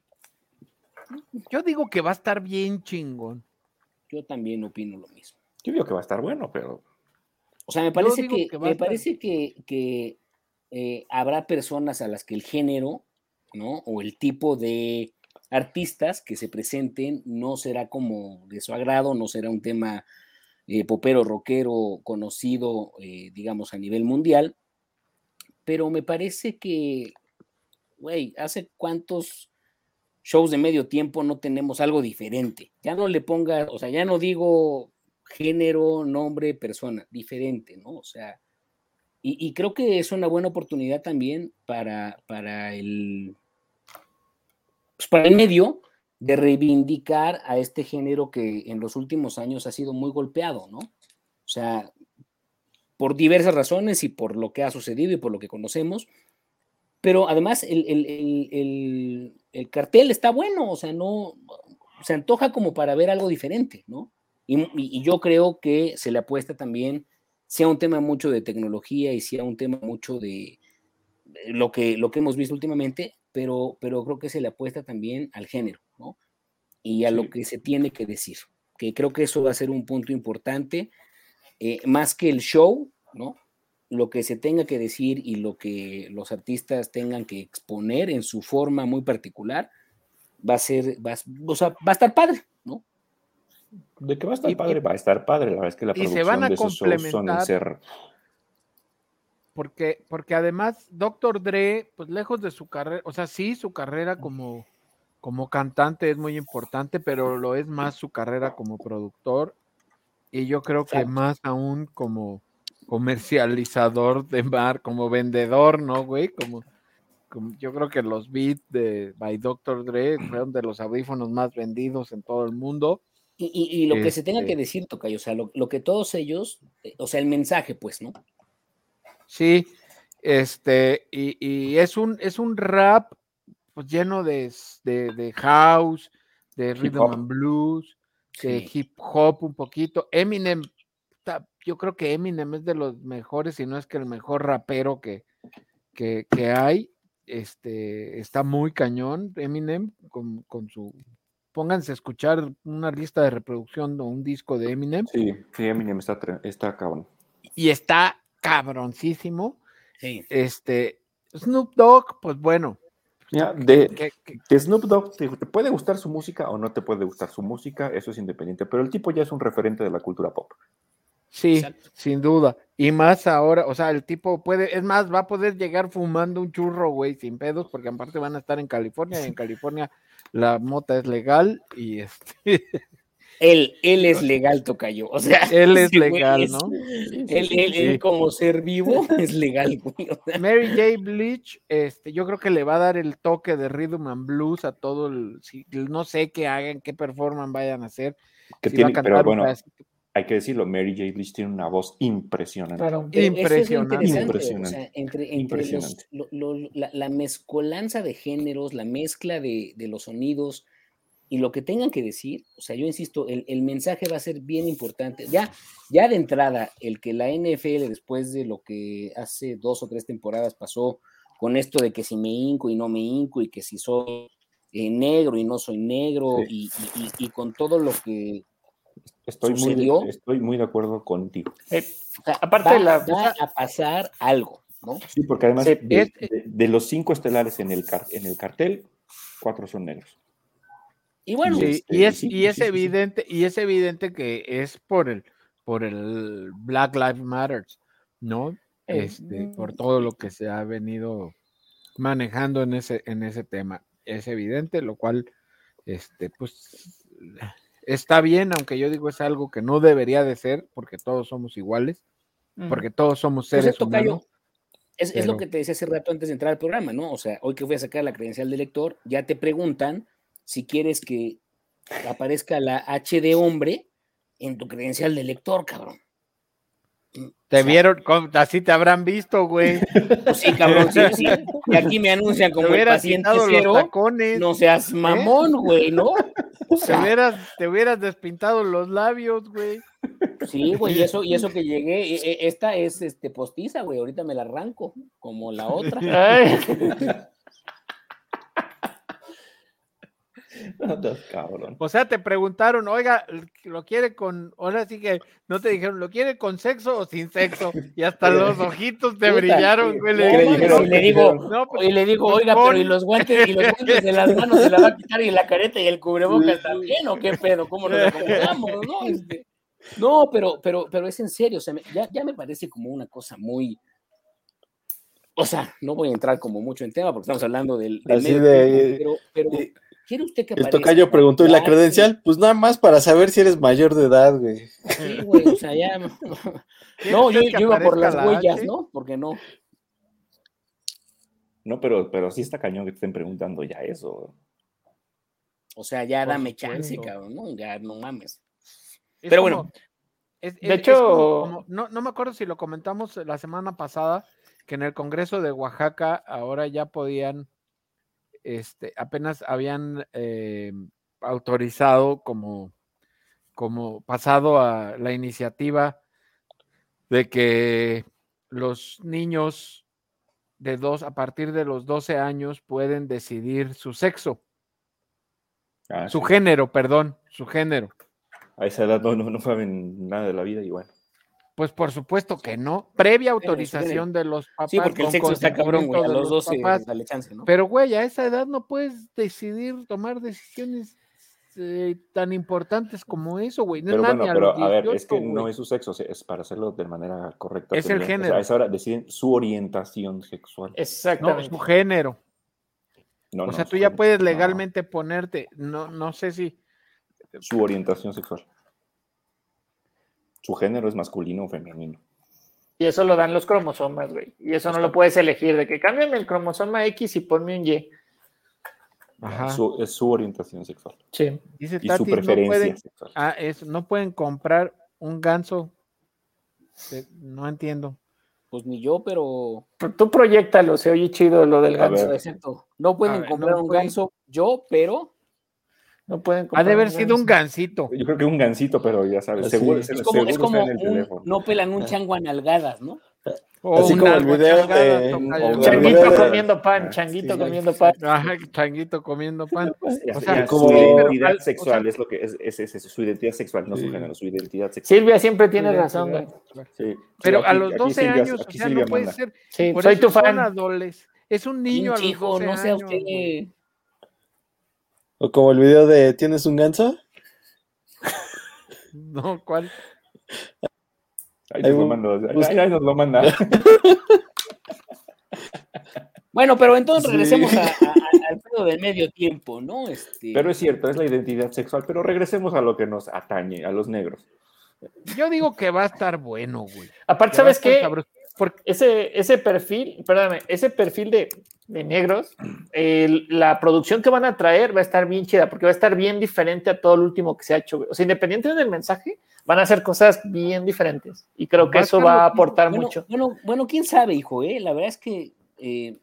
Yo digo que va a estar bien chingón. Yo también opino lo mismo. Yo digo que va a estar bueno, pero... O sea, me parece que, que me parece que, que eh, habrá personas a las que el género, ¿no? O el tipo de artistas que se presenten no será como de su agrado, no será un tema eh, popero, rockero, conocido, eh, digamos, a nivel mundial, pero me parece que, güey, ¿hace cuántos shows de medio tiempo no tenemos algo diferente? Ya no le ponga, o sea, ya no digo género, nombre, persona, diferente, ¿no? O sea, y, y creo que es una buena oportunidad también para, para el, pues para el medio de reivindicar a este género que en los últimos años ha sido muy golpeado, ¿no? O sea, por diversas razones y por lo que ha sucedido y por lo que conocemos, pero además el, el, el, el, el cartel está bueno, o sea, no, se antoja como para ver algo diferente, ¿no? Y, y, y yo creo que se le apuesta también, sea un tema mucho de tecnología y sea un tema mucho de lo que, lo que hemos visto últimamente, pero, pero creo que se le apuesta también al género, ¿no? Y a sí. lo que se tiene que decir, que creo que eso va a ser un punto importante, eh, más que el show, ¿no? Lo que se tenga que decir y lo que los artistas tengan que exponer en su forma muy particular, va a ser, va, o sea, va a estar padre, ¿no? De que va a estar y, padre, y, va a estar padre. La verdad es que la producción se van a de esos shows son ser... Porque, porque además, doctor Dre, pues lejos de su carrera, o sea, sí, su carrera como, como cantante es muy importante, pero lo es más su carrera como productor, y yo creo que Exacto. más aún como comercializador de bar, como vendedor, ¿no, güey? Como, como yo creo que los beats de by doctor Dre fueron de los audífonos más vendidos en todo el mundo. Y, y, y lo este... que se tenga que decir, Tocayo, o sea, lo, lo que todos ellos, o sea, el mensaje, pues, ¿no? Sí, este, y, y es un es un rap pues lleno de, de, de house, de rhythm and blues, de sí. hip hop un poquito. Eminem, yo creo que Eminem es de los mejores, si no es que el mejor rapero que, que, que hay. Este, está muy cañón Eminem con, con su... Pónganse a escuchar una lista de reproducción o un disco de Eminem. Sí, sí, Eminem está, está cabrón. Y está cabroncísimo. Sí. Este, Snoop Dogg, pues bueno. Mira, de, ¿Qué, qué? de Snoop Dogg, ¿te, ¿te puede gustar su música o no te puede gustar su música? Eso es independiente, pero el tipo ya es un referente de la cultura pop. Sí, Exacto. sin duda. Y más ahora, o sea, el tipo puede, es más, va a poder llegar fumando un churro, güey, sin pedos, porque aparte van a estar en California, y en California la mota es legal, y este... Él, él es legal, Tocayo, o sea... Él es legal, es, ¿no? Él, él, sí. él como ser vivo es legal, güey. O sea. Mary J. Blige, este, yo creo que le va a dar el toque de rhythm and blues a todo el... Si, no sé qué hagan, qué performance vayan a hacer. Que si tiene, va a pero bueno, hay que decirlo, Mary J. Blige tiene una voz impresionante. Claro, impresionante. Es impresionante. O sea, entre, entre los, lo, lo, la, la mezcolanza de géneros, la mezcla de, de los sonidos y lo que tengan que decir, o sea, yo insisto, el, el mensaje va a ser bien importante. Ya, ya de entrada, el que la N F L, después de lo que hace dos o tres temporadas pasó con esto de que si me hinco y no me hinco y que si soy eh, negro y no soy negro sí. y, y, y con todo lo que Estoy sucedió, muy, de, estoy muy de acuerdo contigo. Eh, o sea, aparte va, de la... va a pasar algo, ¿no? Sí, porque además de, de, de los cinco estelares en el, car, en el cartel, cuatro son negros. Y bueno, sí, este, y es, sí, y es sí, evidente, sí. y es evidente que es por el, por el Black Lives Matter, ¿no? Este, por todo lo que se ha venido manejando en ese, en ese tema. Es evidente, lo cual, este, pues, está bien, aunque yo digo es algo que no debería de ser, porque todos somos iguales, porque todos somos seres pues humanos. Es, pero... es lo que te decía hace rato antes de entrar al programa, ¿no? O sea, hoy que voy a sacar la credencial de lector, ya te preguntan si quieres que aparezca la H de hombre en tu credencial de lector, cabrón. Te o sea, vieron, así te habrán visto, güey. Pues sí, cabrón, sí, sí. Y aquí me anuncian como el paciente cero. No seas mamón, güey, ¿eh? ¿No? O sea, te, hubieras, te hubieras despintado los labios, güey. Sí, güey, y eso, y eso que llegué, esta es este postiza, güey, ahorita me la arranco, como la otra. No, no, cabrón. O sea, te preguntaron, oiga, ¿lo quiere con, ahora sí que no te dijeron, ¿lo quiere con sexo o sin sexo? Y hasta los ojitos te Puta, brillaron, güey. No, Le mames, dijeron, y le digo, no, pues, y le digo, pues, oiga, pon- pero y los guantes, y los guantes de las manos se la va a quitar y la careta y el cubrebocas también, ¿o qué pedo? ¿Cómo nos acomodamos, no? Este, no, pero, pero, pero es en serio, o sea, me- ya, ya me parece como una cosa muy, o sea, no voy a entrar como mucho en tema porque estamos hablando del, del Así medio de- tiempo, pero, pero y- ¿quiere usted que El aparezca? tocayo preguntó, ¿y la Ya, credencial? Pues nada más para saber si eres mayor de edad, güey. Sí, güey, o sea, ya. ¿quiere No, usted yo, que yo iba por aparezca las la huellas, H? ¿no? Porque no. No, pero, pero sí está cañón que te estén preguntando ya eso. O sea, ya Por dame supuesto. chance, cabrón, ¿no? Ya no mames. Es Pero como- bueno. es- De es- es hecho- como- como- no, no me acuerdo si lo comentamos la semana pasada, que en el Congreso de Oaxaca ahora ya podían, este, apenas habían eh, autorizado como, como pasado a la iniciativa de que los niños de dos, a partir de los doce años pueden decidir su sexo, Ah, su sí. género, perdón, su género. A esa edad no, no, no saben nada de la vida y bueno. Pues por supuesto que no, previa Género, su autorización de los papás. Sí, porque el con sexo está cabrón, güey. consentimiento A de los doce, papás. dale chance, ¿no? Pero, güey, a esa edad no puedes decidir tomar decisiones eh, tan importantes como eso, güey. No es Pero nada bueno, ni a pero los a ver, es dieciocho, que no güey. es su sexo, o sea, es para hacerlo de manera correcta. Es el tendrían- género. O sea, a esa hora deciden su orientación sexual. No, Exactamente. su género. No, O no, sea, su tú ya género. puedes No, legalmente ponerte, no, no sé si, su orientación sexual. Su género es masculino o femenino. Y eso lo dan los cromosomas, güey. Y eso no Está. lo puedes elegir, de que cámbiame el cromosoma X y ponme un Y. No, Ajá. su- es su orientación sexual. Sí. dice Y su Tati, no preferencia pueden, sexual. ah, es, no pueden comprar un ganso. Eh, No entiendo. Pues ni yo, pero. Pero tú proyectalo, se oye chido lo del A ganso. ver. Exacto. No pueden A ver, comprar no un pueden- ganso yo, pero. No pueden Ha comprar de haber sido un ganso. gancito. Yo creo que un gansito, pero ya sabes, Así. seguro, Es Es como, es seguro como está en el un, teléfono. no pelan un chango a nalgadas, ¿no? O Así como una el video guachangada, de- tocayo. o el Changuito video de- comiendo pan, Ah, changuito sí, comiendo pan. Ajá, changuito comiendo pan. Ya O sé, sea, ya, como- su sí, pero identidad al- o sexual sea- es lo que es, es, es eso, su identidad sexual, no Sí. su género, su identidad sexual. Silvia siempre tiene Sí, razón, güey. Sí. Pero Sí, a aquí- los aquí doce Silvia- años, o aquí sea, Silvia no puede manda. ser. Sí, Por soy eso tu son fan. adoles- Es un niño a Pinche los hijo, doce no sea años, usted. güey. O como el video de ¿tienes un ganso? No, ¿cuál? Ahí Ahí nos lo bu- manda. ahí- busca- ahí nos lo manda. Bueno, pero entonces Sí. regresemos a- a- al pedo del medio tiempo, ¿no? Este, Pero es cierto, es la identidad sexual, pero regresemos a lo que nos atañe, a los negros. Yo digo que va a estar bueno, güey. Aparte, Que va a ¿sabes estar qué? sabroso. Porque ese, ese perfil, perdóname, ese perfil de, de negros, el- la producción que van a traer va a estar bien chida, porque va a estar bien diferente a todo lo último que se ha hecho, güey. O sea, independientemente del mensaje, van a hacer cosas bien diferentes. Y creo que Va a eso estar va a loquísimo. aportar bueno, mucho. Bueno, bueno, quién sabe, hijo, ¿eh? La verdad es que eh,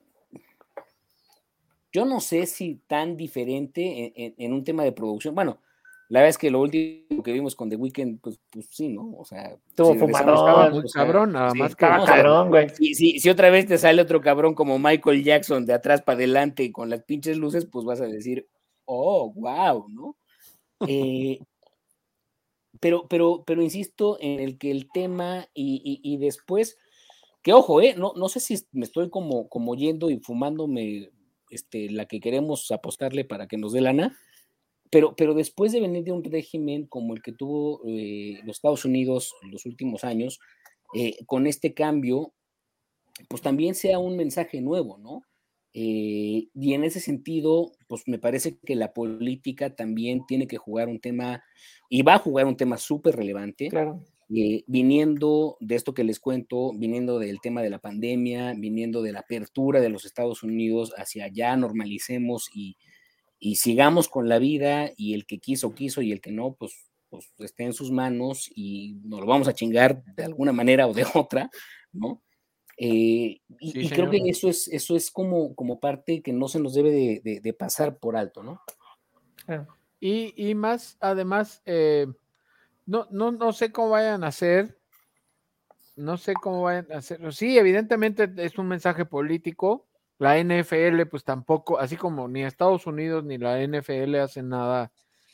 yo no sé si tan diferente en, en- en un tema de producción. Bueno, la verdad es que lo último que vimos con The Weeknd, pues, pues sí, ¿no? O sea, Estuvo si regresamos- fumadón. Estaba muy o sea, cabrón, nada sí, más que. Estaba no, o sea, cabrón, güey. Si, si, si otra vez te sale otro cabrón como Michael Jackson de atrás para adelante con las pinches luces, pues vas a decir, oh, wow, ¿no? Eh, pero, pero, pero insisto en el que el tema y, y- y después, que ojo, eh, no, no sé si me estoy como, como yendo y fumándome este, la que queremos apostarle para que nos dé lana, pero, pero después de venir de un régimen como el que tuvo eh, los Estados Unidos en los últimos años, eh, con este cambio, pues también sea un mensaje nuevo, ¿no? Eh, y en ese sentido, pues me parece que la política también tiene que jugar un tema, y va a jugar un tema súper relevante, Claro. eh, viniendo de esto que les cuento, viniendo del tema de la pandemia, viniendo de la apertura de los Estados Unidos hacia allá, normalicemos y, y sigamos con la vida, y el que quiso, quiso, y el que no, pues, pues esté en sus manos y nos lo vamos a chingar de alguna manera o de otra, ¿no? Eh, y, Sí, y creo señor. que eso es, eso es como, como parte que no se nos debe de, de- de pasar por alto, ¿no? Claro. Y, y más, además, eh, no, no, no sé cómo vayan a hacer. No sé cómo vayan a hacer. Sí, evidentemente es un mensaje político, La N F L, pues tampoco, así como ni Estados Unidos ni la N F L hacen nada,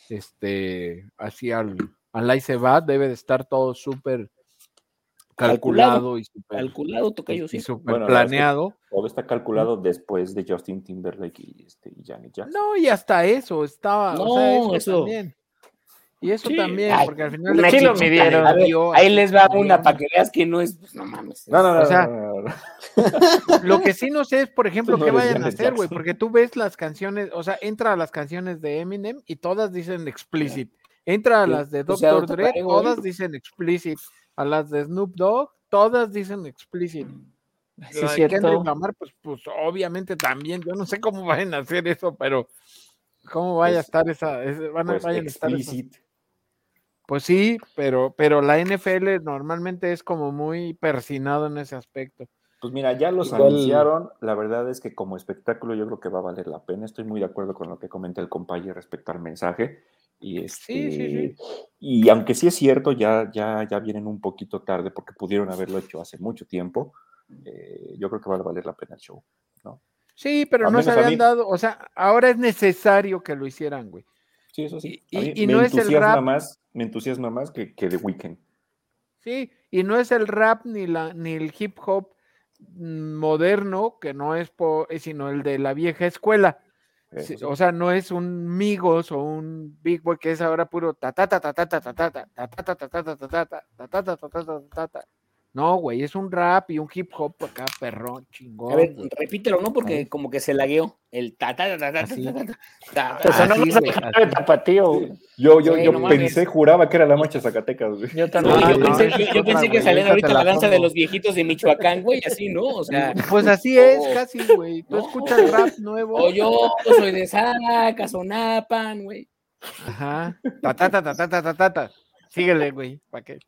este, así al, al ahí se va, debe de estar todo súper calculado, calculado y súper calculado, tocayo, sí. Bueno, planeado. Es que todo está calculado ¿Mm? después de Justin Timberlake y, este, y Janet Jackson. No, y hasta eso estaba, no, o sea, eso, eso... también. Y eso sí. también, Ay, porque al final de lo midieron. A ver, ahí les va una para que veas que no es, pues, no mames. No, no, no. O sea, no, no, no. Lo que sí no sé es, por ejemplo, no qué vayan a hacer, güey, porque tú ves las canciones, o sea, entra a las canciones de Eminem y todas dicen explicit. Entra a las de doctor O sea, Dre, todas dicen explicit. A las de Snoop Dogg, todas dicen explicit. Sí, la es de cierto. Kendrick Lamar, pues, pues obviamente también, yo no sé cómo vayan a hacer eso, pero cómo vaya pues, a estar esa, esa van a, pues vayan a estar explicit. Esas. Pues sí, pero, pero la N F L normalmente es como muy persinado en ese aspecto. Pues mira, ya los Igual... anunciaron, la verdad es que como espectáculo yo creo que va a valer la pena, estoy muy de acuerdo con lo que comenta el compañero respecto al mensaje, y este, sí, sí, sí. y aunque sí es cierto, ya, ya, ya vienen un poquito tarde porque pudieron haberlo hecho hace mucho tiempo, eh, yo creo que va a valer la pena el show, ¿no? Sí, pero Al no se habían mí... dado, o sea, ahora es necesario que lo hicieran, güey. Sí, eso sí. Y, y no es el rap. Más, me entusiasma más que, que The Weeknd. Sí, y no es el rap ni, la, ni el hip hop moderno, que no es, po, sino el de la vieja escuela. Sí, o sea, no es un Migos o un Big Boy que es ahora puro ta ta ta ta ta ta ta ta ta ta ta ta ta ta ta ta ta ta ta. No, güey, es un rap y un hip hop acá, perrón, chingón. A ver, repítelo, ¿no? Porque como que se lagueó. El ta ta ta ta ta ta ta. Eso no nos de tapatío, güey. Yo, yo, yo pensé, juraba que era la Mancha Zacatecas, güey. Yo también. Yo pensé, yo pensé que salían ahorita la danza de los viejitos de Michoacán, güey, así, ¿no? O sea. Pues así es, casi, güey. Tú escuchas rap nuevo. O yo soy de Saca, Sonapan, güey. Ajá. Ta ta ta ta ta ta ta ta. Síguele, güey. ¿Para qué?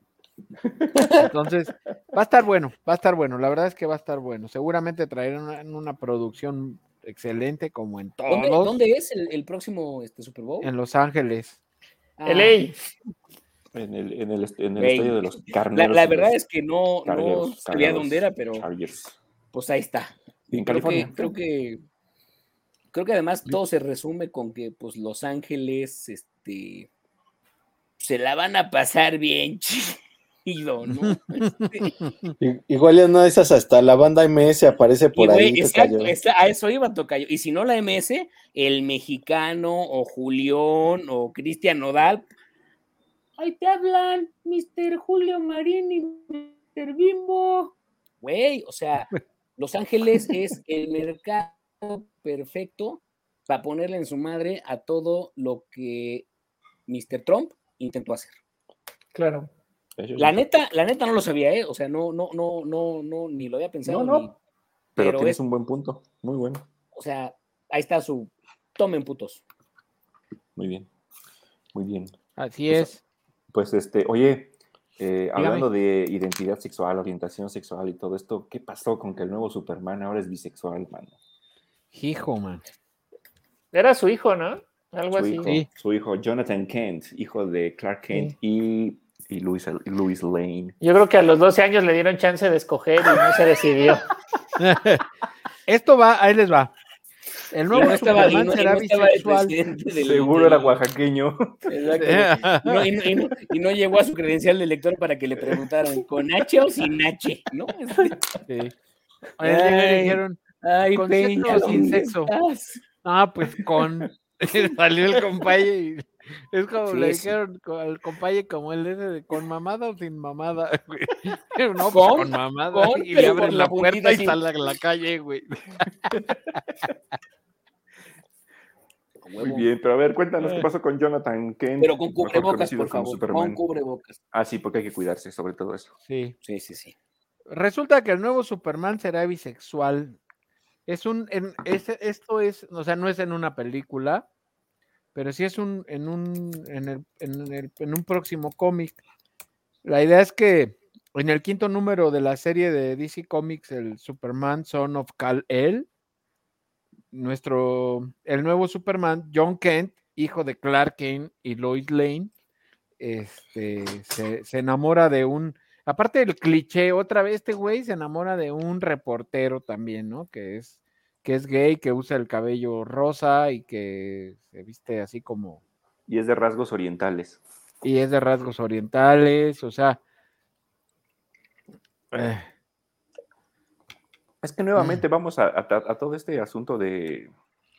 Entonces, va a estar bueno, va a estar bueno, la verdad es que va a estar bueno, seguramente traerán una, una producción excelente como en todos. ¿Dónde, ¿dónde es el, el próximo este, Super Bowl? En Los Ángeles. Ah. L A. En el, en el, en el estadio de los Carneros. La, la verdad es que no, no sabía dónde era, pero Chargers. Pues ahí está. En creo California. Que, creo que creo que además todo se resume con que pues Los Ángeles este se la van a pasar bien chido. ¿No? Igual ya no esas hasta la banda M S aparece por y, ahí. Wey, exacto, está, a eso iba Tocayo. Y si no la M S, el mexicano o Julián o Cristian Nodal. Ahí te hablan, mister Julio Marín y mister Bimbo. Güey, o sea, Los Ángeles es el mercado perfecto para ponerle en su madre a todo lo que mister Trump intentó hacer. Claro. La neta, la neta no lo sabía, ¿eh? O sea, no, no, no, no, no, ni lo había pensado. No, no. Ni, pero pero tienes es, un buen punto, muy bueno. O sea, ahí está su tomen putos. Muy bien, muy bien. Así pues, es. Pues este, oye, eh, hablando de identidad sexual, orientación sexual y todo esto, ¿qué pasó con que el nuevo Superman ahora es bisexual, mano? Hijo, man. Era su hijo, ¿no? Algo su así. Hijo, sí. Su hijo, Jonathan Kent, hijo de Clark Kent sí. y... y Luis, Luis Lane. Yo creo que a los doce años le dieron chance de escoger y no se decidió. Esto va, ahí les va. El nuevo no Superman no, será no bisexual. Seguro del, era oaxaqueño. Exacto. No, y, no, y, no, y no llegó a su credencial de lector para que le preguntaran ¿con H o sin H? ¿No? Sí. Ay, le dijeron, ay, ¿con Peña, sexo o sin sexo? Estás? Ah, pues con. Salió el compaye y es como sí, le dijeron sí. al compaye como el ese de con mamada o sin mamada, güey. No, pues, con mamada. Con, y le abren la, la puerta y sale a la calle, güey. Muy bien, pero a ver, cuéntanos qué pasó con Jonathan Kent. Pero con cubrebocas, por favor, con cubrebocas. Ah, sí, porque hay que cuidarse, sobre todo eso. Sí, sí, sí, sí. Resulta que el nuevo Superman será bisexual. Es un, en, es, esto es, o sea, no es en una película, pero sí es un, en un, en el, en el, en un próximo cómic. La idea es que en el quinto número de la serie de D C Comics, el Superman Son of Kal-El, nuestro, el nuevo Superman, John Kent, hijo de Clark Kent y Lois Lane, este, se, se enamora de un, aparte del cliché, otra vez este güey se enamora de un reportero también, ¿no? Que es que es gay, que usa el cabello rosa y que se viste así como... Y es de rasgos orientales. Y es de rasgos orientales, o sea... Eh. Es que nuevamente vamos a, a, a todo este asunto de...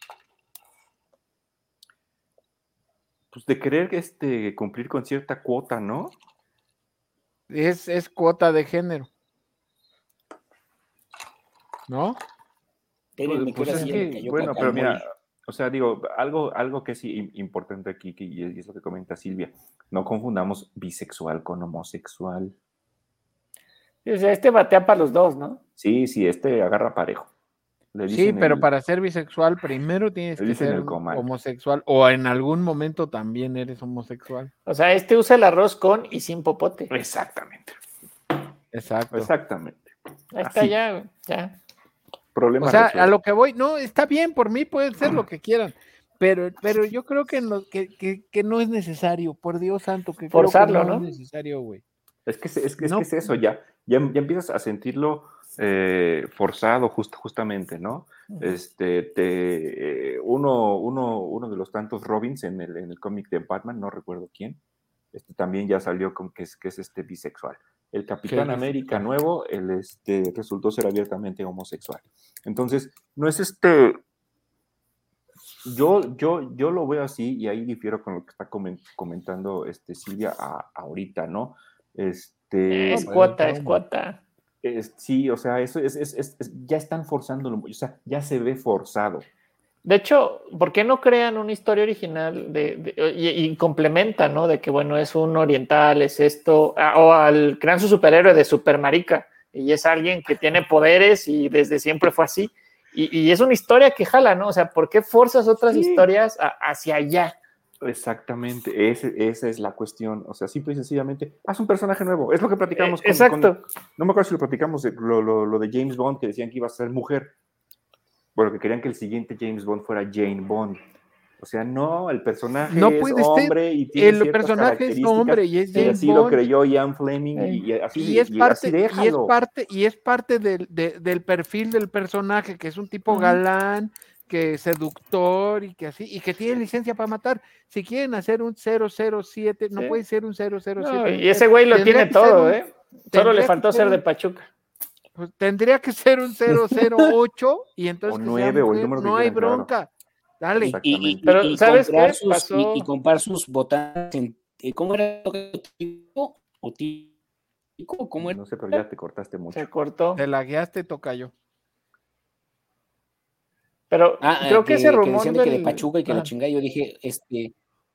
Pues de querer este, cumplir con cierta cuota, ¿no? Es, es cuota de género. ¿No? Espérenme, Pues que ahora es sí que, me cayó bueno, pero guacamole. mira, o sea, digo, algo, algo que es im- importante aquí, que, y es y es lo que comenta Silvia, no confundamos bisexual con homosexual. O sea, este batea para los dos, ¿no? Sí, sí, este agarra parejo. Le Sí, dicen pero el- para ser bisexual primero tienes le que dicen ser el comal. homosexual o en algún momento también eres homosexual. O sea, este usa el arroz con y sin popote. Exactamente, Exacto. exactamente. Ahí está Así. ya, güey, ya. Problema O sea, resuelto. a lo que voy, no, está bien, por mí pueden ser lo que quieran, pero, pero yo creo que, en lo, que, que, que no es necesario, por Dios santo, que creo que Forzarlo, no, ¿no? es necesario, güey. Es que es, es que, es, No. que es eso, ya, ya, ya empiezas a sentirlo eh, forzado just, justamente, ¿no? Ujú. Este, te, eh, uno, uno, uno de los tantos Robins en el, en el cómic de Batman, no recuerdo quién, este, también ya salió con que es, que es este bisexual. El Capitán Sí, América bisexual. nuevo, el, este, resultó ser abiertamente homosexual. Entonces, no es este... Yo, yo, yo lo veo así y ahí difiero con lo que está coment- comentando este, Silvia a, ahorita, ¿no? Este, Es pues, cuota, no. es cuota. es- sí, o sea, eso es, es- es- es- ya están forzándolo, o sea, ya se ve forzado. De hecho, ¿por qué no crean una historia original de, de- y, y complementan, ¿no? De que, bueno, es un oriental, es esto, ah, o al crean su superhéroe de Supermarica, y es alguien que tiene poderes y desde siempre fue así. Y, y es una historia que jala, ¿no? O sea, ¿por qué forzas otras Sí. historias a- hacia allá? Exactamente, ese- esa es la cuestión. O sea, simple y sencillamente, haz un personaje nuevo. Es lo que platicamos Eh, con, exacto. con- no me acuerdo si lo platicamos, de, lo, lo- lo de James Bond, que decían que iba a ser mujer. Bueno, que querían que el siguiente James Bond fuera Jane Bond. O sea, no, el personaje No es puede ser. hombre y tiene El ciertas personaje es características, hombre y es y James así lo Bond. creyó Ian Fleming Eh. y, y así, Y es y parte, así y es déjalo. parte, y es parte del, de- del perfil del personaje, que es un tipo Ujú. galán, que es seductor y que así, y que tiene licencia para matar. Si quieren hacer un cero cero siete, no Sí. puede ser un cero cero siete. No, y ese güey lo Tendría tiene que ser todo, un- ¿eh? Solo tendría le que faltó ser ser un- de Pachuca. Pues tendría que ser un cero cero ocho y entonces O que sea nueve, o el mujer, número que no hay quieran, claro. bronca. Dale. Y, y- y- y- Pero, y ¿sabes comprar qué? sus, Pasó- y, y comprar sus botanas en, eh, ¿cómo era? ¿Tico o tico? ¿Cómo era? No sé, pero ya te cortaste mucho. Se cortó. Te la guiaste, tocayo. Pero Ah, creo eh, que, que, ese que rumor decían de que de del- Pachuca y que Ah, la chingada, yo dije, este,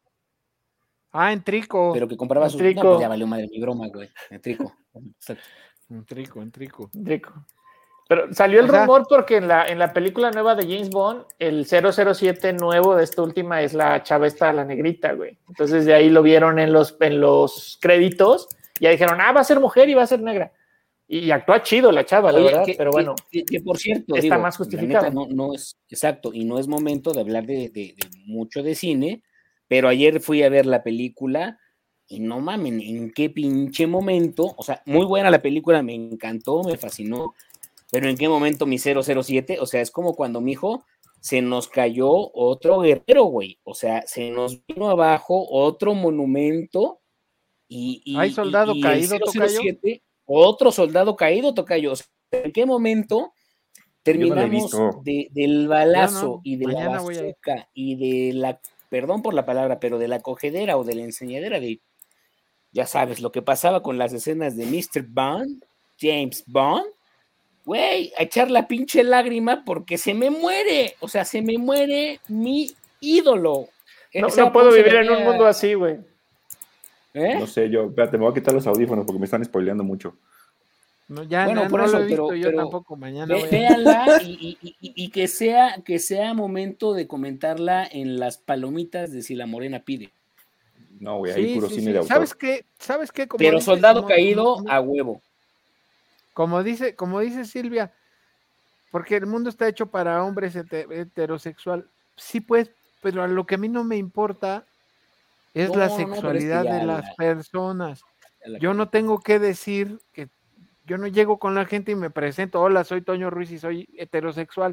Ah, en trico. pero que compraba En sus, Trico. no, pues ya valió madre mi broma, güey, en trico. Exacto. En trico, en trico. rico. Pero salió el O sea- rumor porque en la, en la película nueva de James Bond, el cero cero siete nuevo de esta última es la chava esta, la negrita, güey. Entonces de ahí lo vieron en los, en los créditos y ya dijeron, ah, va a ser mujer y va a ser negra. Y, y actúa chido la chava, la Oye, verdad, que, pero que- bueno. que, que por cierto, está digo, más la justificado. neta no, no es exacto, y no es momento de hablar de, de- de mucho de cine, pero ayer fui a ver la película y no mamen, en qué pinche momento, o sea, muy buena la película, me encantó, me fascinó, pero en qué momento mi cero cero siete, o sea, es como cuando mi hijo se nos cayó otro guerrero, güey, o sea, se nos vino abajo otro monumento y, y, ¿Hay soldado y- y el caído, cero cero tocayo? siete, otro soldado caído, tocayo. O sea, ¿en qué momento Yo no la he terminamos visto. de- del balazo Yo no, y de la mañana voy a ir. bazooka y de la, perdón por la palabra, pero de la cogedera o de la enseñadera de, ya sabes, lo que pasaba con las escenas de mister Bond, James Bond, güey, a echar la pinche lágrima porque se me muere, o sea, se me muere mi ídolo. No, Esa no puedo pose vivir en venía- un mundo así, güey. ¿Eh? No sé, yo, espérate, me voy a quitar los audífonos porque me están spoileando mucho. No, ya, Bueno, ya por no eso, lo he visto pero- yo pero tampoco. Mañana Ve- voy a... véanla y, y- y- y que sea que sea momento de comentarla en las palomitas de Si la Morena Pide. No, güey, ahí Sí, puro sí, cine sí. de autor. ¿Sabes qué? ¿Sabes qué? Como Pero dice- Soldado como- Caído como- a huevo. Como dice, como dice Silvia, porque el mundo está hecho para hombres hete- heterosexual. Sí, pues, pero a lo que a mí no me importa es No, la no, no, pero es que sexualidad ya de la- las personas. a la- Yo no tengo que decir que yo no llego con la gente y me presento, hola, soy Toño Ruiz y soy heterosexual.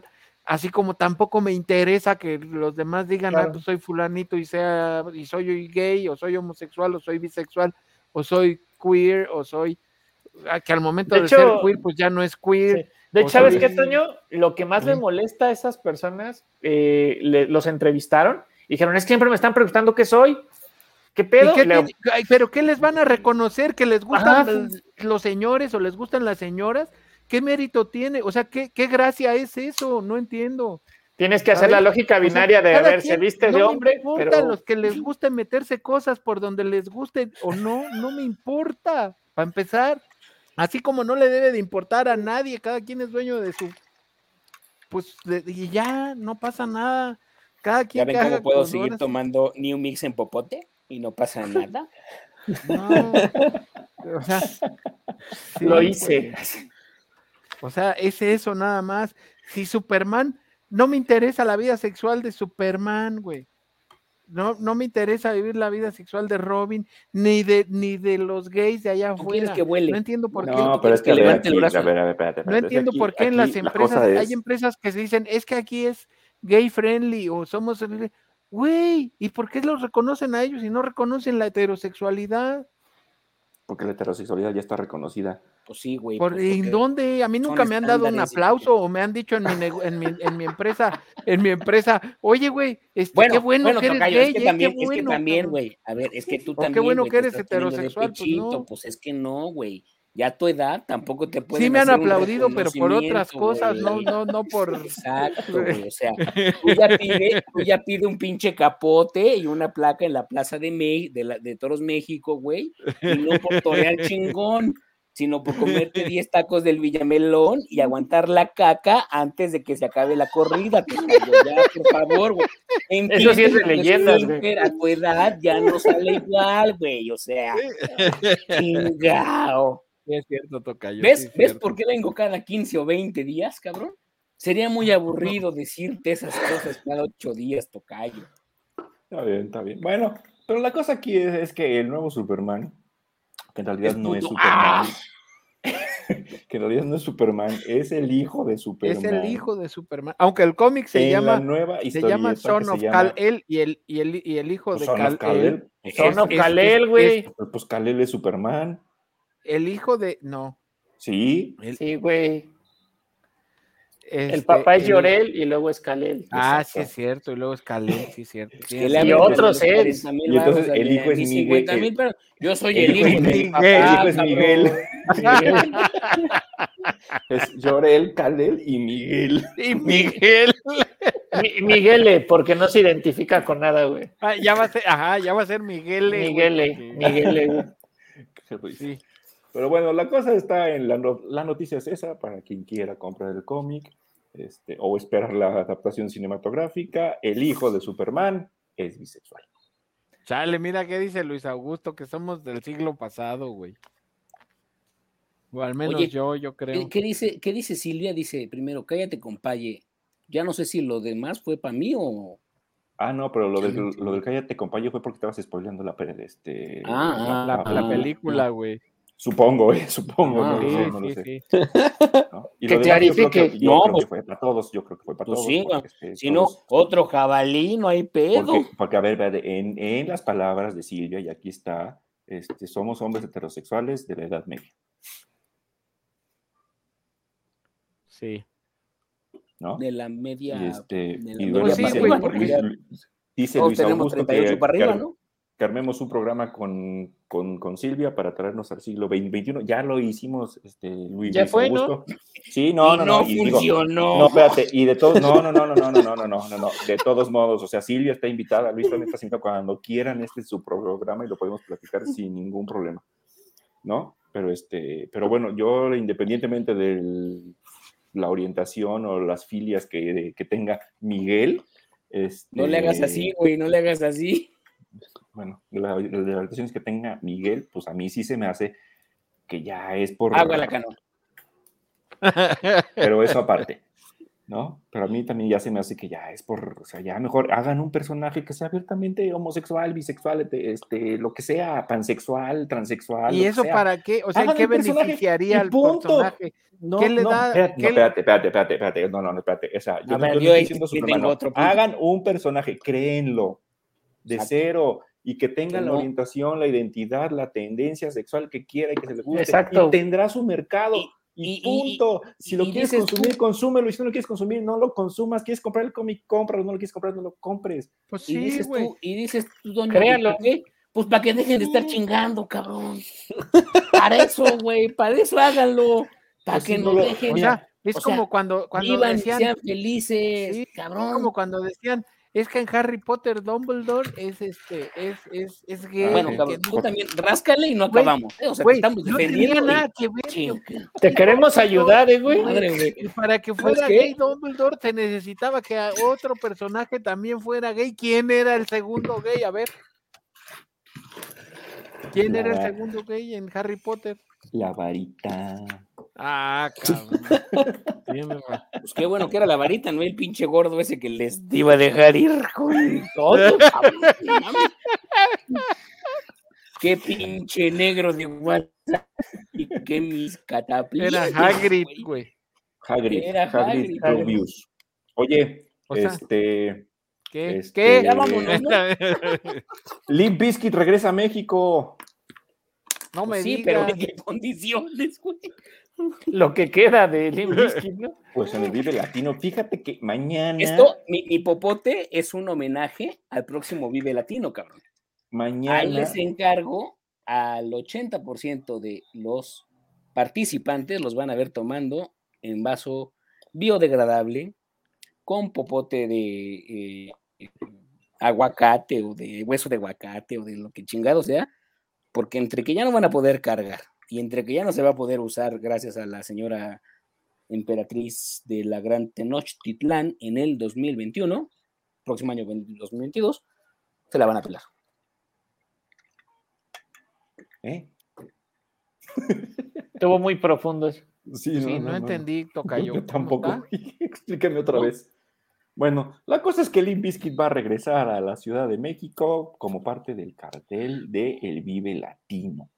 así como tampoco me interesa que los demás digan, Claro. ah, pues soy fulanito y sea, y soy gay, o soy homosexual, o soy bisexual, o soy queer, o soy, que al momento De de, hecho, ser queer, pues ya no es queer. Sí. De o hecho, ¿sabes soy- qué, Toño? Lo que más me Sí. molesta a esas personas, eh, le- los entrevistaron y dijeron, es que siempre me están preguntando qué soy. ¿Qué ¿Y pedo? qué Y le- tiene- ay, pero qué les van a reconocer? ¿Que les gustan Ajá. los, los señores o les gustan las señoras? ¿Qué mérito tiene? O sea, ¿qué, qué gracia es eso? No entiendo. Tienes que hacer ¿Sabes? la lógica O sea, binaria de, a cada ver, se quien, viste no de me hombre, importa pero... los que les guste meterse cosas por donde les guste o no, no me importa. Para empezar, así como no le debe de importar a nadie, cada quien es dueño de su, pues, de- y ya, no pasa nada. Cada ¿Ya quien ven que haga cómo puedo con- seguir ahora sí- tomando New Mix en popote y no pasa nada? No, o sea, sí, Lo hice. pues, o sea, es eso nada más. Si Superman, no me interesa la vida sexual de Superman, güey. No, no me interesa vivir la vida sexual de Robin, ni de, ni de los gays de allá ¿No quieres afuera. que huele? No entiendo por qué. No, ¿Tú pero es quieres que, a que ver, levante el aquí, brazo? a ver, a ver, espérate, No espérate. Es que entiendo aquí- por qué en las aquí la empresas, cosa hay es- empresas que se dicen, es que aquí es gay friendly o somos, güey, ¿y por qué los reconocen a ellos y no reconocen la heterosexualidad? porque la heterosexualidad ya está reconocida. Pues sí, güey. ¿Por, pues, ¿En porque dónde? A mí son nunca me han dado un estándares y aplauso o me han dicho en mi, nego- en mi, en mi empresa, en mi empresa, oye, güey, este, Bueno, qué bueno, bueno, que eres tocayo, gay, es que eh, también, qué es que bueno, también, cabrón. güey, a ver, es que tú O qué también, bueno güey, que te eres estás poniendo de heterosexual, pues pechito, no. pues es que no, güey, ya a tu edad tampoco te pueden Sí me han hacer un aplaudido, pero por otras reconocimiento, cosas, no, güey. no, no por... Exacto, güey, o sea, tú ya pide, tú ya pide un pinche capote y una placa en la Plaza de, Me de, la, de Toros México, güey, y no por torear chingón, sino por comerte diez tacos del Villamelón y aguantar la caca antes de que se acabe la corrida, tocayo, ya, por favor, güey. Eso sí es de Entiende que leyendas, güey. siempre a tu edad ya no sale igual, güey, o sea, chingao. Sí, es cierto, tocayo. ¿Ves, sí es ¿ves cierto. por qué vengo cada quince o veinte días, cabrón? Sería muy aburrido decirte esas cosas cada ocho días, tocayo. Está bien, está bien. Bueno, pero la cosa aquí es, es que el nuevo Superman, que en realidad Es no es puto. Superman, ¡Ah! que en realidad no es Superman, es el hijo de Superman. Es el hijo de Superman. Aunque el cómic se en ama, la nueva se llama historieta Son que of se llama Kal-El y el, y, el, y el hijo pues, de Son of Kal-El. Kal-El. Son of es- Kal-El, es- güey. Pues Kal-El es Superman. El hijo de. No. Sí. El, Sí, güey. El este, papá es el- Llorel y luego es Kalel. Ah, Exacto. sí es cierto. Y luego es Kal-El, sí es cierto. Pues Tienes que le Y razón. abren otros, los ¿eh? cuarenta mil Y entonces varos, el a hijo es mí Miguel, cincuenta el- mil, pero yo soy el el hijo hijo es de mi Miguel, papá, el hijo es cabrón. Miguel. Miguel. Es Llorel, Kal-El y Miguel. Y Miguel. Mi- Miguele, porque no se identifica con nada, güey. Ah, ya va a ser, ajá, ya va a ser Miguel. güey, Miguele, porque- Miguele, güey. Qué risa. Sí. Pero bueno, la cosa está en la, no- la noticia es esa, para quien quiera comprar el cómic este, o esperar la adaptación cinematográfica. El hijo de Superman es bisexual. Chale, mira qué dice Luis Augusto, que somos del siglo pasado, güey. O al menos Oye, yo, yo creo. ¿Qué, qué dice, ¿Qué dice Silvia? Dice, primero, cállate, compaye. Ya no sé si lo demás fue para mí o... Ah, no, pero lo del, Ya no sé. lo del cállate, compañero, fue porque estabas spoileando la, pe- este, Ah, La, ah, la ah, película, güey. Supongo, eh, supongo, Ah, no lo Sí, sé, no lo sí, sé. sí. ¿No? Y Que lo demás yo creo clarifique. que, yo No, creo pues- que fue para todos, yo creo que fue para Pues todos. sí, porque, este, si no, todos- otro jabalí, no hay pedo. Porque, porque, a ver, ver, en, en las palabras de Silvia, y aquí está, este, somos hombres heterosexuales de la Edad Media, Sí. ¿no? De la media... Y, este, de la y media bueno, Pues sí, dice, güey, Luis- porque- Luis- dice Todos Luis tenemos Augusto treinta y ocho que, para arriba, que- ¿no? que armemos un programa con, con, con Silvia para traernos al siglo veinte veintiuno. Ya lo hicimos, este, Luis, Ya Luis fue, ¿no? Augusto. Sí, no, Y no, no no. y digo, funcionó. no, espérate, y de todos, no, no, no, no, no, no, no, no, no, no, no, de todos modos, o sea, Silvia está invitada, Luis también está invitado cuando quieran, este es su programa y lo podemos platicar sin ningún problema, ¿no? Pero este, pero bueno, yo independientemente de la orientación o las filias que, que tenga Miguel, este, No le hagas así, güey, no le hagas así. bueno, la- las orientaciones que tenga Miguel, pues a mí sí se me hace que ya es por... Agua la canoa. Pero eso aparte. ¿no? Pero a mí también ya se me hace que ya es por, o sea, ya mejor hagan un personaje que sea abiertamente homosexual, bisexual, este, lo que sea, pansexual, transexual. ¿Y lo eso que sea. para qué? O sea, Hagan ¿qué un personaje beneficiaría y al punto. personaje? No, ¿Qué le no, da? espérate, ¿qué no, le- espérate, espérate, espérate, espérate, no, no, no, espérate, o sea, yo A no ver, estoy yo ahí diciendo sí Superman, tengo no. otro punto. Hagan un personaje, créenlo, de Exacto. cero, y que tenga Que la no. orientación, la identidad, la tendencia sexual que quiera y que se le guste, Exacto. y tendrá su mercado. Y- Y, y- punto. si lo y quieres dices consumir, tú- consúmelo. Y si no lo quieres consumir, no lo consumas. ¿Quieres comprar el cómic? Cómpralo. No lo quieres comprar, no lo compres. Pues Y sí, dices güey. tú, y dices tú, Doño, Créalo. ¿por qué? Pues para que dejen de estar chingando, cabrón. Para eso, güey, para eso háganlo. Para Pues que sí, no nos lo- dejen. O sea, es o sea, como cuando, cuando vivan y decían, sean felices, sí, cabrón. como cuando decían, es que en Harry Potter Dumbledore es este, es, es, es gay. Bueno, ok. cabrón, que no- tú también ráscale y no Güey, acabamos. ¿eh? O sea, güey, te estamos no defendiendo. tenía y- nada que ver. Ching. Te queremos ayudar, ¿eh, güey? Madre, güey. Y para que fuera qué? gay Dumbledore se necesitaba que a otro personaje también fuera gay. ¿Quién era el segundo gay? A ver. ¿Quién era el La- segundo gay en Harry Potter? La varita. Ah, cabrón. Tienes razón. Pues qué bueno que era la varita, no el pinche gordo ese que les iba a dejar ir con todo, cabrón. No mames. Qué pinche negro de WhatsApp y qué mis cataplines. Era Hagrid, güey. Hagrid. Era Hagrid Hagrid. Rubius. Oye, O sea, este... ¿Qué? Este- ¿Qué? Ya vámonos, ¿no? Limp Bizkit regresa a México. No me Sí, pero digas. ¿en qué condiciones, güey? Lo que queda de Limp Bizkit, ¿no? Pues en el Vive Latino. Fíjate que mañana... Esto, mi, mi popote es un homenaje al próximo Vive Latino, cabrón. Ahí Mañana... les encargo al ochenta por ciento de los participantes los van a ver tomando en vaso biodegradable con popote de eh, aguacate o de hueso de aguacate o de lo que chingado sea, porque entre que ya no van a poder cargar y entre que ya no se va a poder usar gracias a la señora emperatriz de la Gran Tenochtitlán en el dos mil veintiuno, próximo año dos mil veintidós, se la van a pelar. ¿Eh? Estuvo muy profundo eso. Sí, Sí, no, entendí, tocayo. Yo ¿Cómo tampoco. está? Explícame otra ¿No? vez. Bueno, la cosa es que Limp Bizkit va a regresar a la Ciudad de México como parte del cartel de El Vive Latino.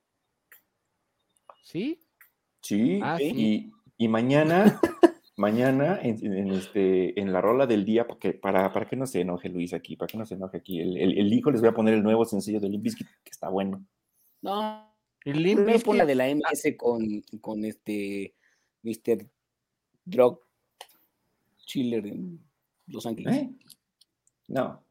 ¿Sí? Sí, Ah, y, sí. y mañana, mañana en, en este, en la rola del día, porque para, para que no se enoje Luis aquí, para que no se enoje aquí, el, el, el hijo les voy a poner el nuevo sencillo de Limp Bizkit, que está bueno. No, ¿Y Limp primero pon la Bizkit? de la M S con, con este mister Drug Chiller en Los Ángeles. ¿Eh? No.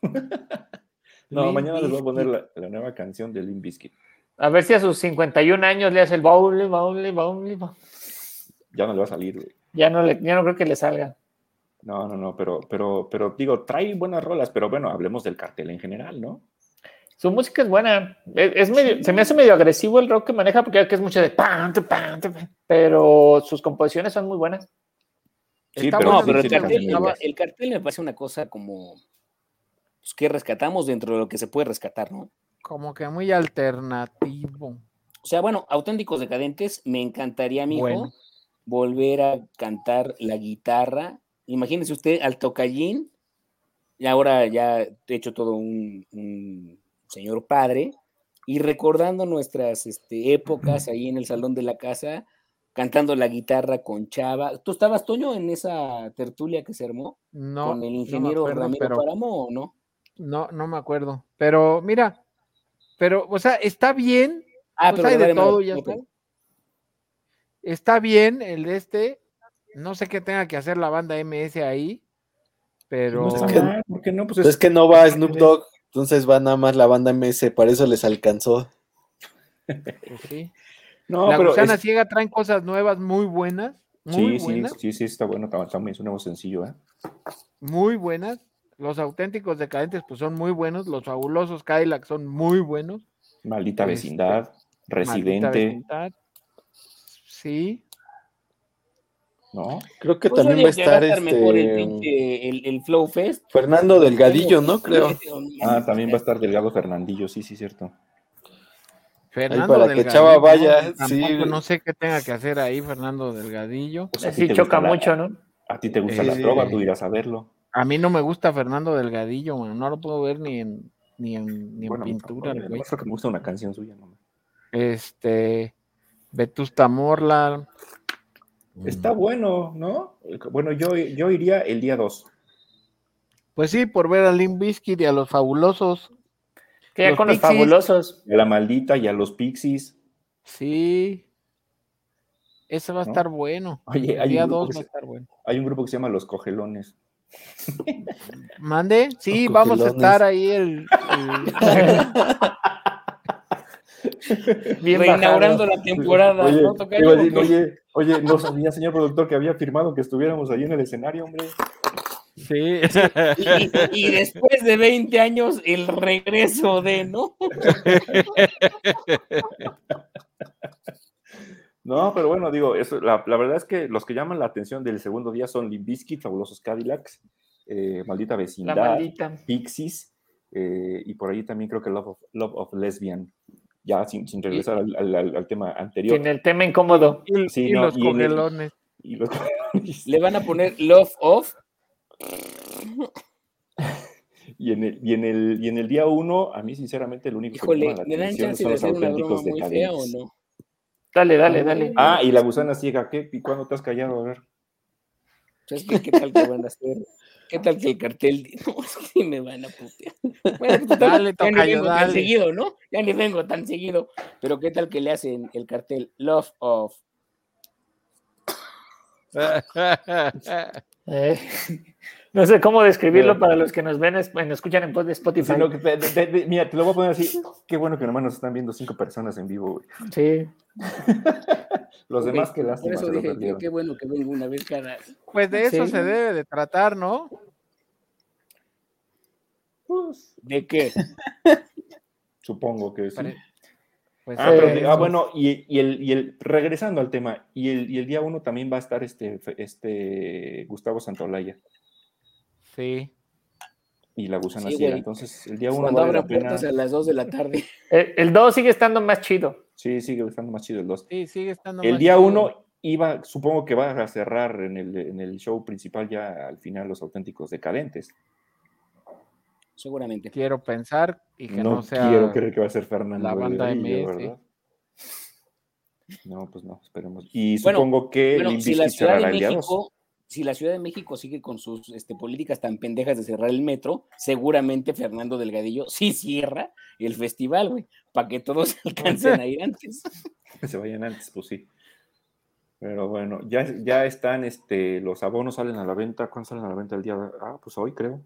No, Limp mañana les voy a poner Bizkit. la, la nueva canción de Limp Bizkit. A ver si a sus cincuenta y un años le hace el baule, baule, baule, baule. Ya no le va a salir, güey. Ya no, le, ya no creo que le salga. No, no, no, pero, pero, pero digo, trae buenas rolas, pero bueno, hablemos del cartel en general, ¿no? Su música es buena. Es, es medio, se me hace medio agresivo el rock que maneja porque es mucho de pan, tu, pan, tu, pan, pero sus composiciones son muy buenas. Sí, Está pero No, bueno, pero el tiene cartel, canciones buenas. el cartel me parece una cosa como pues, que rescatamos dentro de lo que se puede rescatar, ¿no? Como que muy alternativo. O sea, bueno, Auténticos Decadentes, me encantaría, mijo, Bueno. volver a cantar la guitarra. Imagínese usted al tocallín, y ahora ya he hecho todo un, un señor padre, y recordando nuestras este, épocas ahí en el salón de la casa, cantando la guitarra con Chava. ¿Tú estabas, Toño, en esa tertulia que se armó No, con el no me ingeniero acuerdo, Ramiro pero Páramo o no? no, no me acuerdo. Pero mira, pero, o sea, está bien. Ah, Pues pero hay le de vale madre. todo, ya Ok. sabes. Está bien el de este. No sé qué tenga que hacer la banda M S ahí, pero No está Es que- mal, ¿por qué no? Pues Pues es que no va Snoop Dogg, entonces va nada más la banda M S, para eso les alcanzó. pues sí. No, La pero Gusana es- Ciega traen cosas nuevas muy buenas, muy sí, sí, buenas, sí, sí, está bueno, está- también es un nuevo sencillo, ¿eh? muy buenas. Los Auténticos Decadentes pues son muy buenos, los Fabulosos Cadillac son muy buenos. Maldita Este, Vecindad, Maldita Residente, Vecindad. Sí, ¿no? Creo que Pues también va a oye, que va a estar estar mejor el, este pinche, el, el Flow Fest. Fernando Delgadillo, ¿no? Creo. Ah, también va a estar Delgado Fernandillo, sí, sí, cierto. Fernando para que Delgadillo, Chava vaya, tampoco sí. no sé qué tenga que hacer ahí Fernando Delgadillo. Pues a ti Sí te choca gusta la- mucho, ¿no? A ti te gusta Eh, la trova, tú irás a verlo. A mí no me gusta Fernando Delgadillo, man. No lo puedo ver ni en, ni en, ni en Bueno, a mí pintura, tampoco, el güey. creo que me gusta una canción suya, ¿no? Este, Vetusta Morla. Está bueno, ¿no? Bueno, yo, yo iría el día dos. Pues sí, por ver a Limp Bizkit y a los Fabulosos. Que ya Los con los Pixies. fabulosos. A la maldita y a los Pixies. Sí. Ese va a ¿No? estar bueno. Oye, El hay día un, grupo dos que va a se, estar bueno. hay un grupo que se llama Los Cogelones. ¿Mande? Sí, Los vamos a Cogelones. estar ahí el... el... Bien Reinaugurando bajado. la temporada, Oye, ¿no? Toca iba a yo, decir, ¿o qué? oye, oye, no sabía, señor productor, que había firmado que estuviéramos ahí en el escenario, hombre. Sí. Y, y- y después de veinte años, el regreso de, ¿no? No, pero bueno, digo, eso, la, la verdad es que los que llaman la atención del segundo día son Limp Bizkit, Fabulosos Cadillacs, eh, Maldita La Vecindad, maldita. Pixies, eh, y por ahí también creo que Love of, Love of Lesbian, ya sin, sin regresar al, al, al, al tema anterior. Tiene el tema incómodo. Y, Sí, y no, los y en el- Cogelones. y los Le van a poner Love Off. y en el, y en el, y en el día uno, a mí sinceramente el único que me Híjole, llama la ¿me dan atención chance son de los hacer una broma auténticos muy fea o decadentes. no? Dale, dale, dale. Ah, y la gusana ciega, ¿qué? ¿Y cuándo te has callado? A ver. ¿Sabes qué, qué tal que van a hacer? ¿Qué tal que el cartel? No, es que sí me van a putear. Bueno, pues, Dale, ya ni tocayo, vengo tan dale. seguido, ¿no? Ya ni vengo tan seguido. Pero ¿qué tal que le hacen el cartel Love Off? Eh, no sé cómo describirlo Bueno. para los que nos ven, es- nos escuchan en pod- Spotify. Sino que de- de- de- mira, te lo voy a poner así. Qué bueno que nomás nos están viendo cinco personas en vivo, güey. Sí. Los Ok, demás, qué por lástima, eso se lo dije, qué, perdieron. qué bueno que vengo una vez cada... Pues de eso Sí. se debe de tratar, ¿no? Pues, ¿De qué? supongo que sí. Pare- Pues Ah, Eh, pero, ah, eso. bueno, y, y el, y el, regresando al tema, y el, y el día uno también va a estar este, este Gustavo Santaolalla sí. y la gusana Sí, ciega. güey. Entonces, el día uno Cuando vale la abran pena. puertas a las dos de la tarde. El, el dos sigue estando más chido. Sí, sigue estando más chido el dos. Sí, sigue estando El más día chido. uno iba, supongo que va a cerrar en el, en el show principal ya al final los auténticos decadentes. Seguramente. Quiero pensar y que No, no, sea quiero creer que va a ser Fernando la banda Delgadillo, M S. ¿verdad? No, pues no, esperemos. Y Bueno, supongo que Bueno, Limp si la Bizkit Ciudad de cerrará el día dos. México, si la Ciudad de México sigue con sus este, políticas tan pendejas de cerrar el metro, seguramente Fernando Delgadillo sí cierra el festival, güey, para que todos alcancen a ir antes. Que se vayan antes, pues sí. Pero bueno, ya, ya están, este, los abonos salen a la venta. ¿Cuándo salen a la venta el día? Ah, pues hoy creo.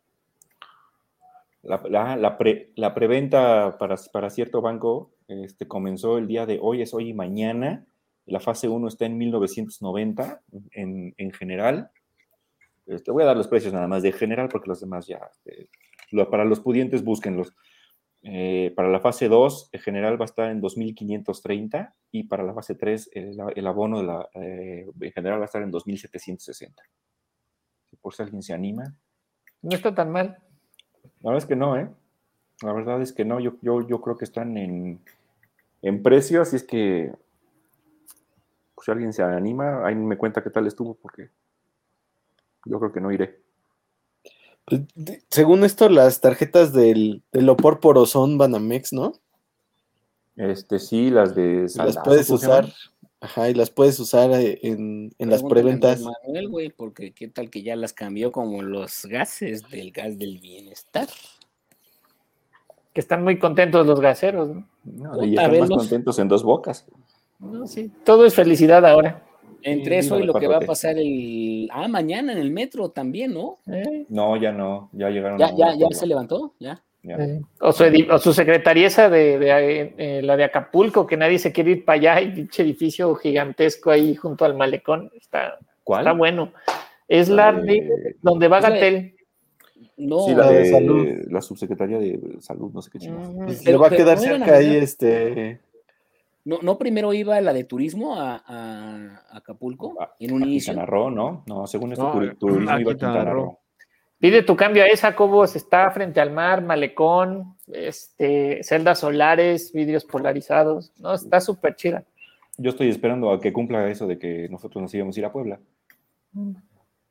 La, la, la, pre, la preventa para, para cierto banco este, comenzó el día de hoy, es hoy y mañana. La fase uno está en mil novecientos noventa en, en general. Este, voy a dar los precios nada más de general porque los demás ya, eh, lo, para los pudientes, búsquenlos. Eh, para la fase dos, en general va a estar en dos mil quinientos treinta y para la fase tres, el, el abono de la, eh, en general va a estar en dos mil setecientos sesenta. Por si alguien se anima. No está tan mal. La verdad es que no, ¿eh? La verdad es que no. Yo, yo, yo creo que están en, en precio, así es que pues, si alguien se anima, ahí me cuenta qué tal estuvo, porque yo creo que no iré. Pues, de- según esto, las tarjetas del, del Opor Porozón Banamex, ¿no? Este, sí, las de Las Salazo, puedes ¿cómo se usar, llaman? ajá, y las puedes usar eh, en, en las Pregúntale a Andrés preventas. Manuel, güey, porque qué tal que ya las cambió como los gases del gas del bienestar. Que están muy contentos los gaseros, ¿no? No, y Puta, están más velos. contentos en Dos Bocas. No, sí. Todo es felicidad ahora. Entre Sí, eso viva y la lo que va a cuatro T. pasar el... Ah, mañana en el metro también, ¿no? Eh, No, ya no, ya llegaron ¿Ya, a un ya, ya acuerdo. se levantó? ¿Ya? Ya. eh. O, su edi- o su secretariesa de, de, eh, eh, la de Acapulco, que nadie se quiere ir para allá, y pinche edificio gigantesco ahí junto al malecón. Está, ¿Cuál? está bueno. Es La la de- de donde va Es la de- Gatell. No, Sí, la la de de salud. la subsecretaría de salud, no sé qué chingados. Mm, Pues, Pero- le va a pero quedar no iban a cerca ahí, mandar- este... no, no primero iba la de turismo a, a- a Acapulco A- en un a inicio. Quintana Roo, ¿no? No, según esto, No, turi- turismo a iba a Quintana Quintana Roo. Roo. Pide tu cambio a esa, Cobos. Está frente al mar, malecón, este, celdas solares, vidrios polarizados. No, está súper chida. Yo estoy esperando a que cumpla eso de que nosotros nos íbamos a ir a Puebla.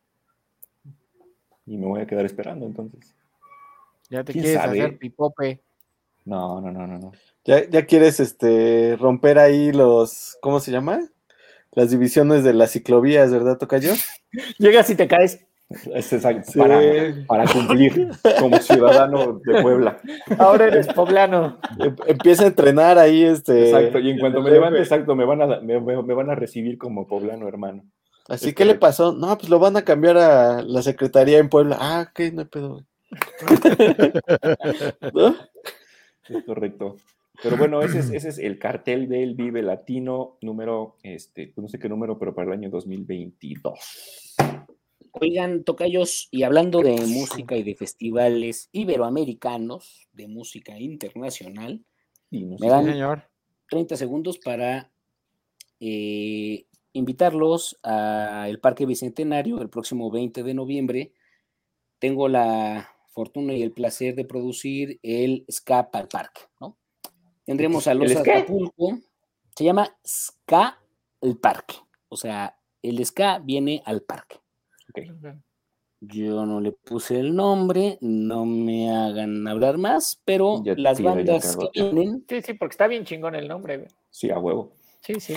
y me voy a quedar esperando entonces. Ya te ¿Quién quieres sabe? hacer pipope. No, no, no, no, no. ¿Ya, ya quieres este romper ahí los, ¿cómo se llama? Las divisiones de las ciclovías, ¿verdad, tocayo? Llegas y te caes. Es exacto, Sí. para, para cumplir como ciudadano de Puebla. Ahora eres poblano. Em- Empieza a entrenar ahí, este. Exacto, y en cuanto el me levante, D F. exacto, me van a, me, me- me van a recibir como poblano, hermano. Así Es que le correcto. pasó, no, pues lo van a cambiar a la secretaría en Puebla. Ah, ok, no hay pedo, güey. ¿No? Es correcto. Pero bueno, ese es, ese es el cartel del Vive Latino número, este, no sé qué número, pero para el año dos mil veintidós. Oigan, tocayos, y hablando de música y de festivales iberoamericanos, de música internacional, Y no me sé, Sí, dan señor. treinta segundos para eh, invitarlos al Parque Bicentenario el próximo veinte de noviembre. Tengo la fortuna y el placer de producir el Ska al Parque, ¿no? Tendremos a ¿El los ska? Acapulco, se llama Ska al Parque, o sea, el Ska viene al parque. Ok. Yo no le puse el nombre, no me hagan hablar más, pero Ya las tira, ya bandas que cagó, ya. vienen, Sí, sí, porque está bien chingón el nombre, güey. Sí, a huevo. Sí, sí.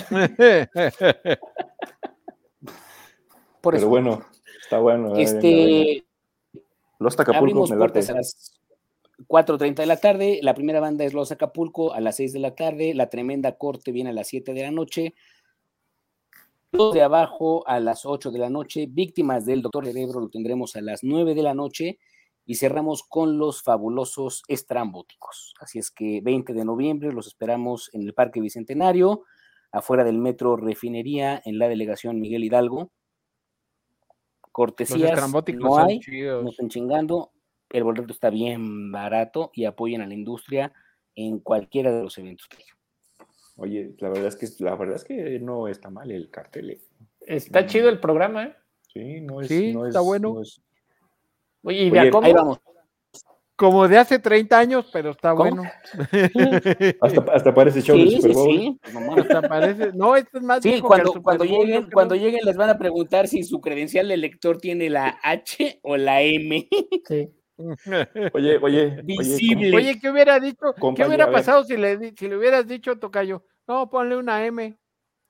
por Pero eso, bueno, está bueno. eh, este, venga, venga. Los Acapulco abrimos me puertas a late. las cuatro treinta de la tarde, la primera banda es Los Acapulco a las seis de la tarde, la Tremenda Corte viene a las siete de la noche, Los de Abajo a las ocho de la noche, Víctimas del Doctor Cerebro lo tendremos a las nueve de la noche y cerramos con Los Fabulosos Estrambóticos. Así es que veinte de noviembre los esperamos en el Parque Bicentenario, afuera del Metro Refinería, en la delegación Miguel Hidalgo. Los Cortesías estrambóticos no son hay, no chidos. estén chingando, el boleto está bien barato y apoyen a la industria en cualquiera de los eventos que haya. Oye, la verdad es que la verdad es que no está mal el cartel. eh. Está chido el programa, ¿eh? Sí, no es, Sí, no es, está bueno. no es- Oye, ¿y de Oye, a cómo? Ahí vamos. Como de hace treinta años, pero está ¿Cómo? bueno. hasta, hasta parece show del Sí, Super sí, Bowl. sí. Pues no mames. Hasta parece. No, este es más Sí, viejo que el cuando, Super cuando Bowl, yo lleguen, creo. cuando lleguen les van a preguntar si su credencial de lector tiene la H o la M. Sí. Oye, oye, oye, Visible. Oye, ¿qué hubiera dicho? ¿Qué Compañe, hubiera a ver. pasado si le, di- si le hubieras dicho, tocayo? No, ponle una M.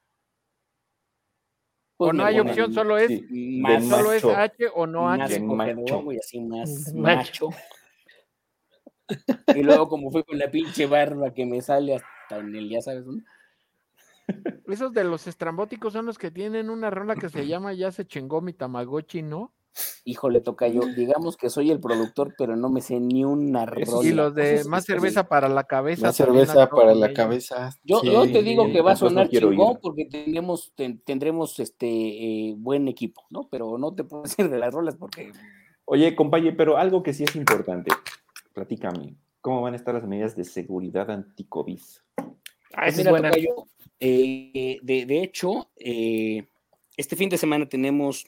Pues O no me hay ponen opción, solo es, sí, más, de solo es macho. H o no más de H. cogedor, macho. güey, así más Macho. macho. Y luego como fue con la pinche barba que me sale hasta en el, ya sabes, ¿no? Esos de los estrambóticos son los que tienen una rola que se llama Ya se chingó mi Tamagotchi, ¿no? Híjole, toca yo. Digamos que soy el productor, pero no me sé ni una Eso Y sí. rola. los de Eso Más está cerveza bien. para la cabeza. Más también cerveza la para tocan la ellos. cabeza. Yo, Sí. yo te digo que va a Entonces no sonar quiero chingón ir. porque tendremos, ten- tendremos este eh, buen equipo, ¿no? Pero no te puedo decir de las rolas porque Oye, compañe, pero algo que sí es importante. Platícame. ¿Cómo van a estar las medidas de seguridad anti-COVID? Ah, Pues esa es mira, buena. tocayo, eh, de, de hecho, eh, este fin de semana tenemos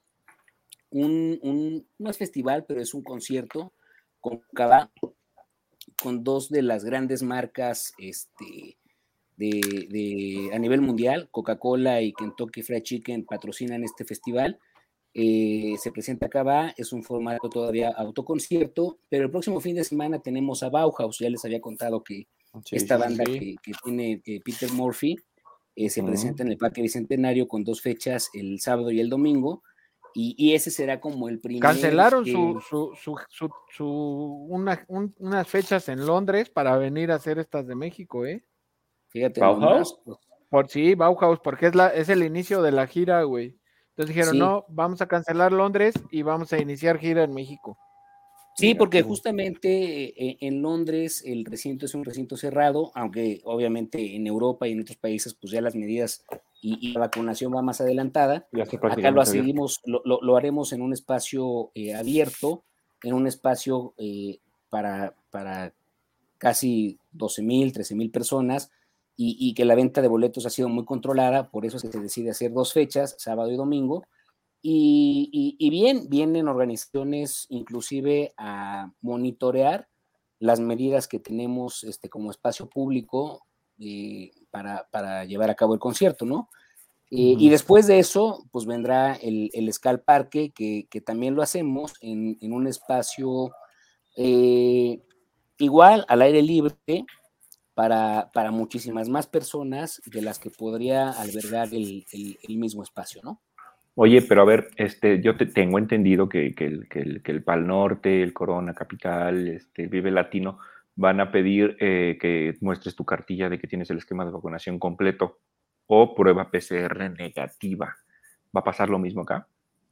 un, un, no es festival, pero es un concierto con Cabá, con dos de las grandes marcas este, de, de, a nivel mundial, Coca-Cola y Kentucky Fried Chicken patrocinan este festival. Eh, se presenta Cabá, es un formato todavía autoconcierto, pero el próximo fin de semana tenemos a Bauhaus, ya les había contado que Sí, esta sí, banda sí. que, que tiene eh, Peter Murphy eh, se Ujú. presenta en el Parque Bicentenario con dos fechas, el sábado y el domingo, y, y ese será como el primer... Cancelaron eh, su, su, su, su, su una, un- unas fechas en Londres para venir a hacer estas de México, ¿eh? Fíjate ¿Bauhaus? nomás. Por sí, Bauhaus, porque es, la, es el inicio de la gira, güey. Entonces dijeron, Sí. no, vamos a cancelar Londres y vamos a iniciar gira en México. Sí, Mira porque tú. justamente eh, en Londres el recinto es un recinto cerrado, aunque obviamente en Europa y en otros países pues ya las medidas y, y la vacunación va más adelantada. Ya está Acá lo prácticamente abierto. seguimos, lo, lo, lo haremos en un espacio eh, abierto, en un espacio eh, para, para casi doce mil, trece mil personas y, y que la venta de boletos ha sido muy controlada, por eso es que se decide hacer dos fechas, sábado y domingo. Y, y, y bien, vienen organizaciones inclusive a monitorear las medidas que tenemos este, como espacio público eh, para, para llevar a cabo el concierto, ¿no? Eh, Ujú. Y después de eso, pues vendrá el, el Skal Parque, que, que también lo hacemos en, en un espacio eh, igual al aire libre para, para muchísimas más personas de las que podría albergar el, el- el mismo espacio, ¿no? Oye, pero a ver, este, yo te tengo entendido que, que el, que, el, que el Pal Norte, el Corona Capital, este, Vive Latino, van a pedir eh, que muestres tu cartilla de que tienes el esquema de vacunación completo o prueba P C R negativa. ¿Va a pasar lo mismo acá?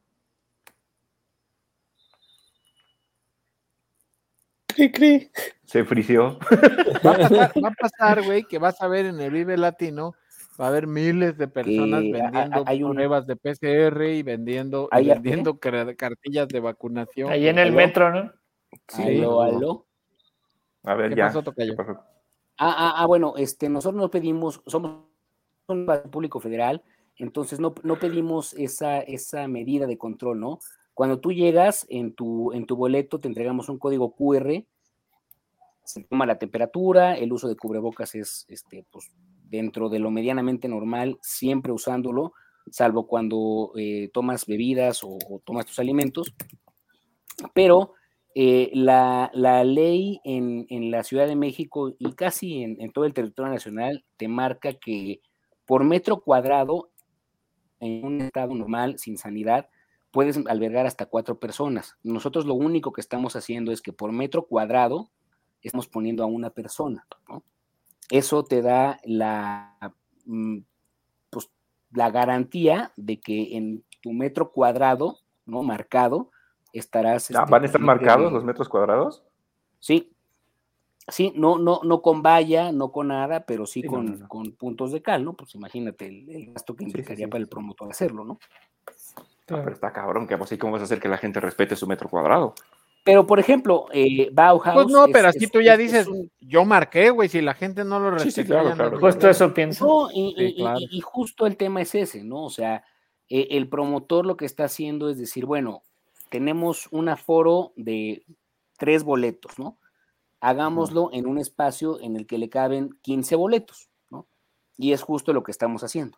Cri, cri. ¿Se frició? Va a pasar, va a pasar, güey, que vas a ver en el Vive Latino, va a haber miles de personas Que a- a- vendiendo hay un, pruebas de P C R y vendiendo, y hay, ¿eh? vendiendo cra- cartillas de vacunación, Ahí en güey. el ¿Aló? metro, ¿no? Sí, Sí. Aló, seguro. aló. A ver, ¿Qué ya. pasó, ¿Qué tocayo? pasó? Ah, ah, ah, bueno, este, nosotros no pedimos, somos un público federal, entonces no, no pedimos esa, esa medida de control, ¿no? Cuando tú llegas en tu, en tu boleto, te entregamos un código Q R, se toma la temperatura, el uso de cubrebocas es este, pues, dentro de lo medianamente normal, siempre usándolo, salvo cuando eh, tomas bebidas o, o tomas tus alimentos, pero eh, la, la ley en, en la Ciudad de México y casi en, en todo el territorio nacional te marca que por metro cuadrado en un estado normal, sin sanidad, puedes albergar hasta cuatro personas. Nosotros lo único que estamos haciendo es que por metro cuadrado estamos poniendo a una persona, ¿no? Eso te da la, mm, pues, la garantía de que en tu metro cuadrado, ¿no? Marcado, estarás Ah, este, ¿van a pues, estar libre marcados de... los metros cuadrados? Sí, sí, no, no, no con valla, no con nada, pero sí, Sí, no, con, no, no. con puntos de cal, ¿no? Pues imagínate el, el gasto que Sí, sí, implicaría sí, para sí, el sí. promotor hacerlo, ¿no? Ah, pero está cabrón, que así cómo vas a hacer que la gente respete su metro cuadrado. Pero, por ejemplo, eh, Pues Bauhaus no, es, pero así es, tú ya es, es dices, un... yo marqué, güey, si la gente no lo Sí, sí, respetó, claro, ya no es claro, mi claro. Justo pedo. eso pienso. No, y, Sí, y- claro. y- y justo el tema es ese, ¿no? O sea, eh, el promotor lo que está haciendo es decir, bueno, tenemos un aforo de tres boletos, ¿no? Hagámoslo en un espacio en el que le caben quince boletos, ¿no? Y es justo lo que estamos haciendo.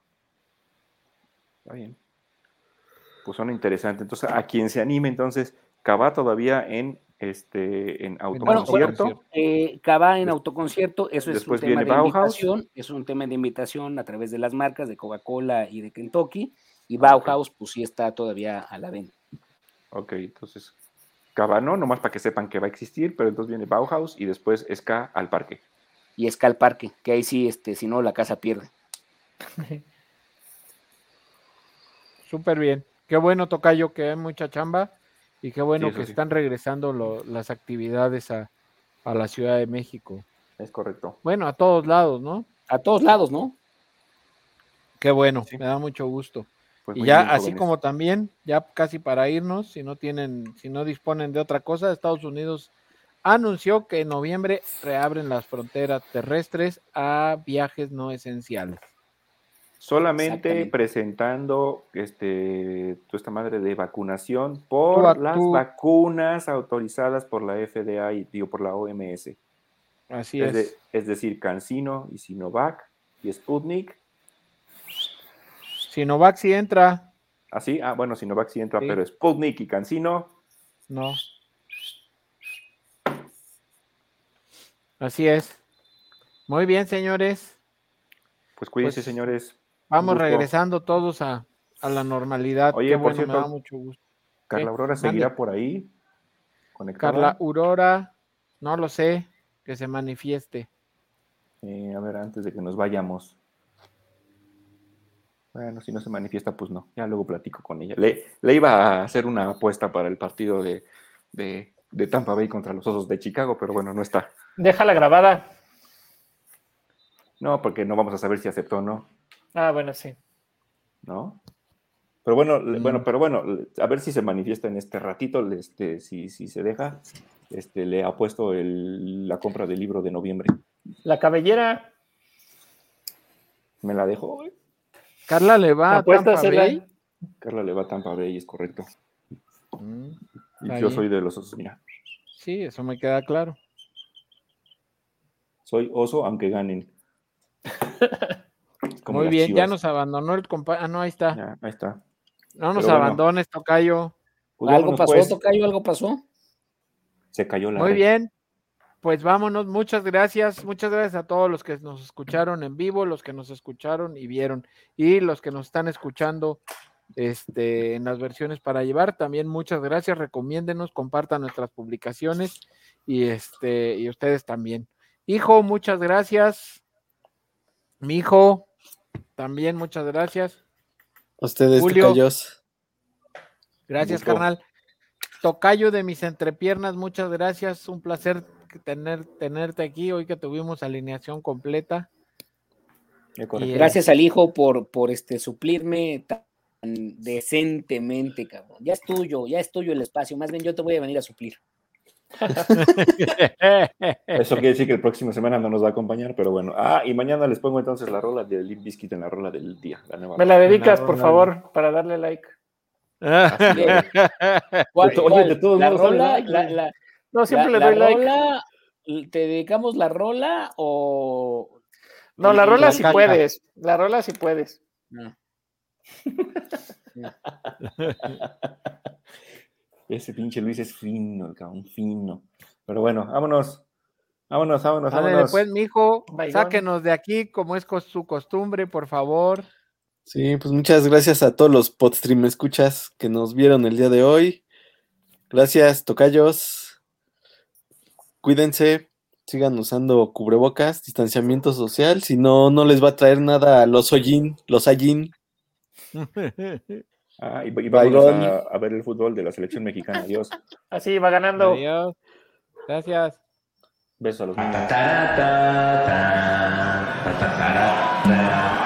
Está bien. Pues suena interesante. Entonces, a quien se anime, entonces, Cabá todavía en este en Bueno, bueno, autoconcierto. eh, Cabá en Des- autoconcierto, eso es un después tema viene de Bauhaus. invitación, es un tema de invitación a través de las marcas de Coca-Cola y de Kentucky, y Ok. Bauhaus pues sí está todavía a la venta. Ok, entonces Cabá no, nomás para que sepan que va a existir, pero entonces viene Bauhaus y después Ska al parque. Y Ska al Parque, que ahí sí, este, si no, la casa pierde. Súper bien. Qué bueno, tocayo, que hay mucha chamba y qué bueno Sí, eso que sí. están regresando lo- las actividades a, a la Ciudad de México. Es correcto. Bueno, a todos lados, ¿no? A todos lados, ¿no? Qué bueno, Sí. me da mucho gusto. Pues Y muy ya, bien, así jóvenes. como también, ya casi para irnos, si no tienen, si no disponen de otra cosa, Estados Unidos anunció que en noviembre reabren las fronteras terrestres a viajes no esenciales. Solamente Exactamente. presentando este, toda esta madre de vacunación Tú, por las tú, vacunas autorizadas por la F D A y digo, por la O M S. así Es, es. de- es decir, CanSino y Sinovac y Sputnik. Sinovac sí entra, Así, ah, bueno, Sinovac sí entra, Sí. pero Sputnik y CanSino, no. Así es. Muy bien, señores. pues cuídense, Pues, señores. Vamos Un gusto. regresando todos a, a la normalidad. Oye, Qué por bueno, cierto, me da mucho gusto. Carla ¿Qué? Aurora Mande. seguirá por ahí conectada. Carla Aurora, no lo sé, que se manifieste. Eh, a ver, antes de que nos vayamos. Bueno, si no se manifiesta, pues no. Ya luego platico con ella. Le, le iba a hacer una apuesta para el partido de, de, de Tampa Bay contra los Osos de Chicago, pero bueno, no está. Déjala grabada. No, porque no vamos a saber si aceptó o no, Ah, bueno, sí. ¿no? Pero bueno, le- Mm. bueno, pero bueno, le- a ver si se manifiesta en este ratito, le- este, si, si se deja, este, le ha puesto el- la compra del libro de noviembre. La cabellera. ¿Me la dejó? güey? Carla le va a Apuesta a Tampa hacerla. Bay. Carla le va a Tampa Bay, es correcto. Mm, Y Está yo bien. soy de los Osos, mira. Sí, eso me queda claro. Soy oso aunque ganen. Como Muy las bien, Chivas. ya nos abandonó el compa. Ah, no, ahí está. Ya, ahí está. No nos Pero bueno. abandones, tocayo. Pues ¿Algo vámonos, pasó, pues. tocayo? ¿Algo pasó? Se cayó la Muy red. bien, pues vámonos, muchas gracias, muchas gracias a todos los que nos escucharon en vivo, los que nos escucharon y vieron, y los que nos están escuchando este, en las versiones para llevar, también muchas gracias, recomiéndenos, compartan nuestras publicaciones y, este, y ustedes también. Hijo, muchas gracias. Mi hijo, también muchas gracias. Ustedes, Julio. tocayos. Gracias, Gusto. carnal. Tocayo de mis entrepiernas, muchas gracias. Un placer tener, tenerte aquí hoy que tuvimos alineación completa. Ya, correcto. Y, Gracias al hijo por, por este, suplirme tan decentemente, cabrón. Ya es tuyo, ya es tuyo el espacio. Más bien yo te voy a venir a suplir. Eso quiere decir que el próximo semana no nos va a acompañar, pero bueno. Ah, y mañana les pongo entonces la rola de Limp Bizkit en la rola del día. La nueva. Me la dedicas, por rola. favor, para darle like. Así es. ¿Cuál, De to- oye, cuál? de todos ¿La modos, dale rola? like, la, güey. la, No, siempre la- le doy la like. rola, ¿te dedicamos la rola o...? No, la el- rola la si caja? puedes. La rola si puedes. No. Ese pinche Luis es fino, cabrón, fino. Pero bueno, vámonos. Vámonos, vámonos, Ándale, vámonos. pues, mijo, Baigón. sáquenos de aquí como es cos- su costumbre, por favor. Sí, pues muchas gracias a todos los podstream escuchas que nos vieron el día de hoy. Gracias, tocayos. Cuídense, sigan usando cubrebocas, distanciamiento social, si no, no les va a traer nada a los hollín, los allín. Ah, y, y vámonos Baigón. a, a ver el fútbol de la selección mexicana. Adiós. Así va ganando. Adiós. Gracias. Besos a los niños. Ta, ta, ta, ta, ta, ta, ta, ta.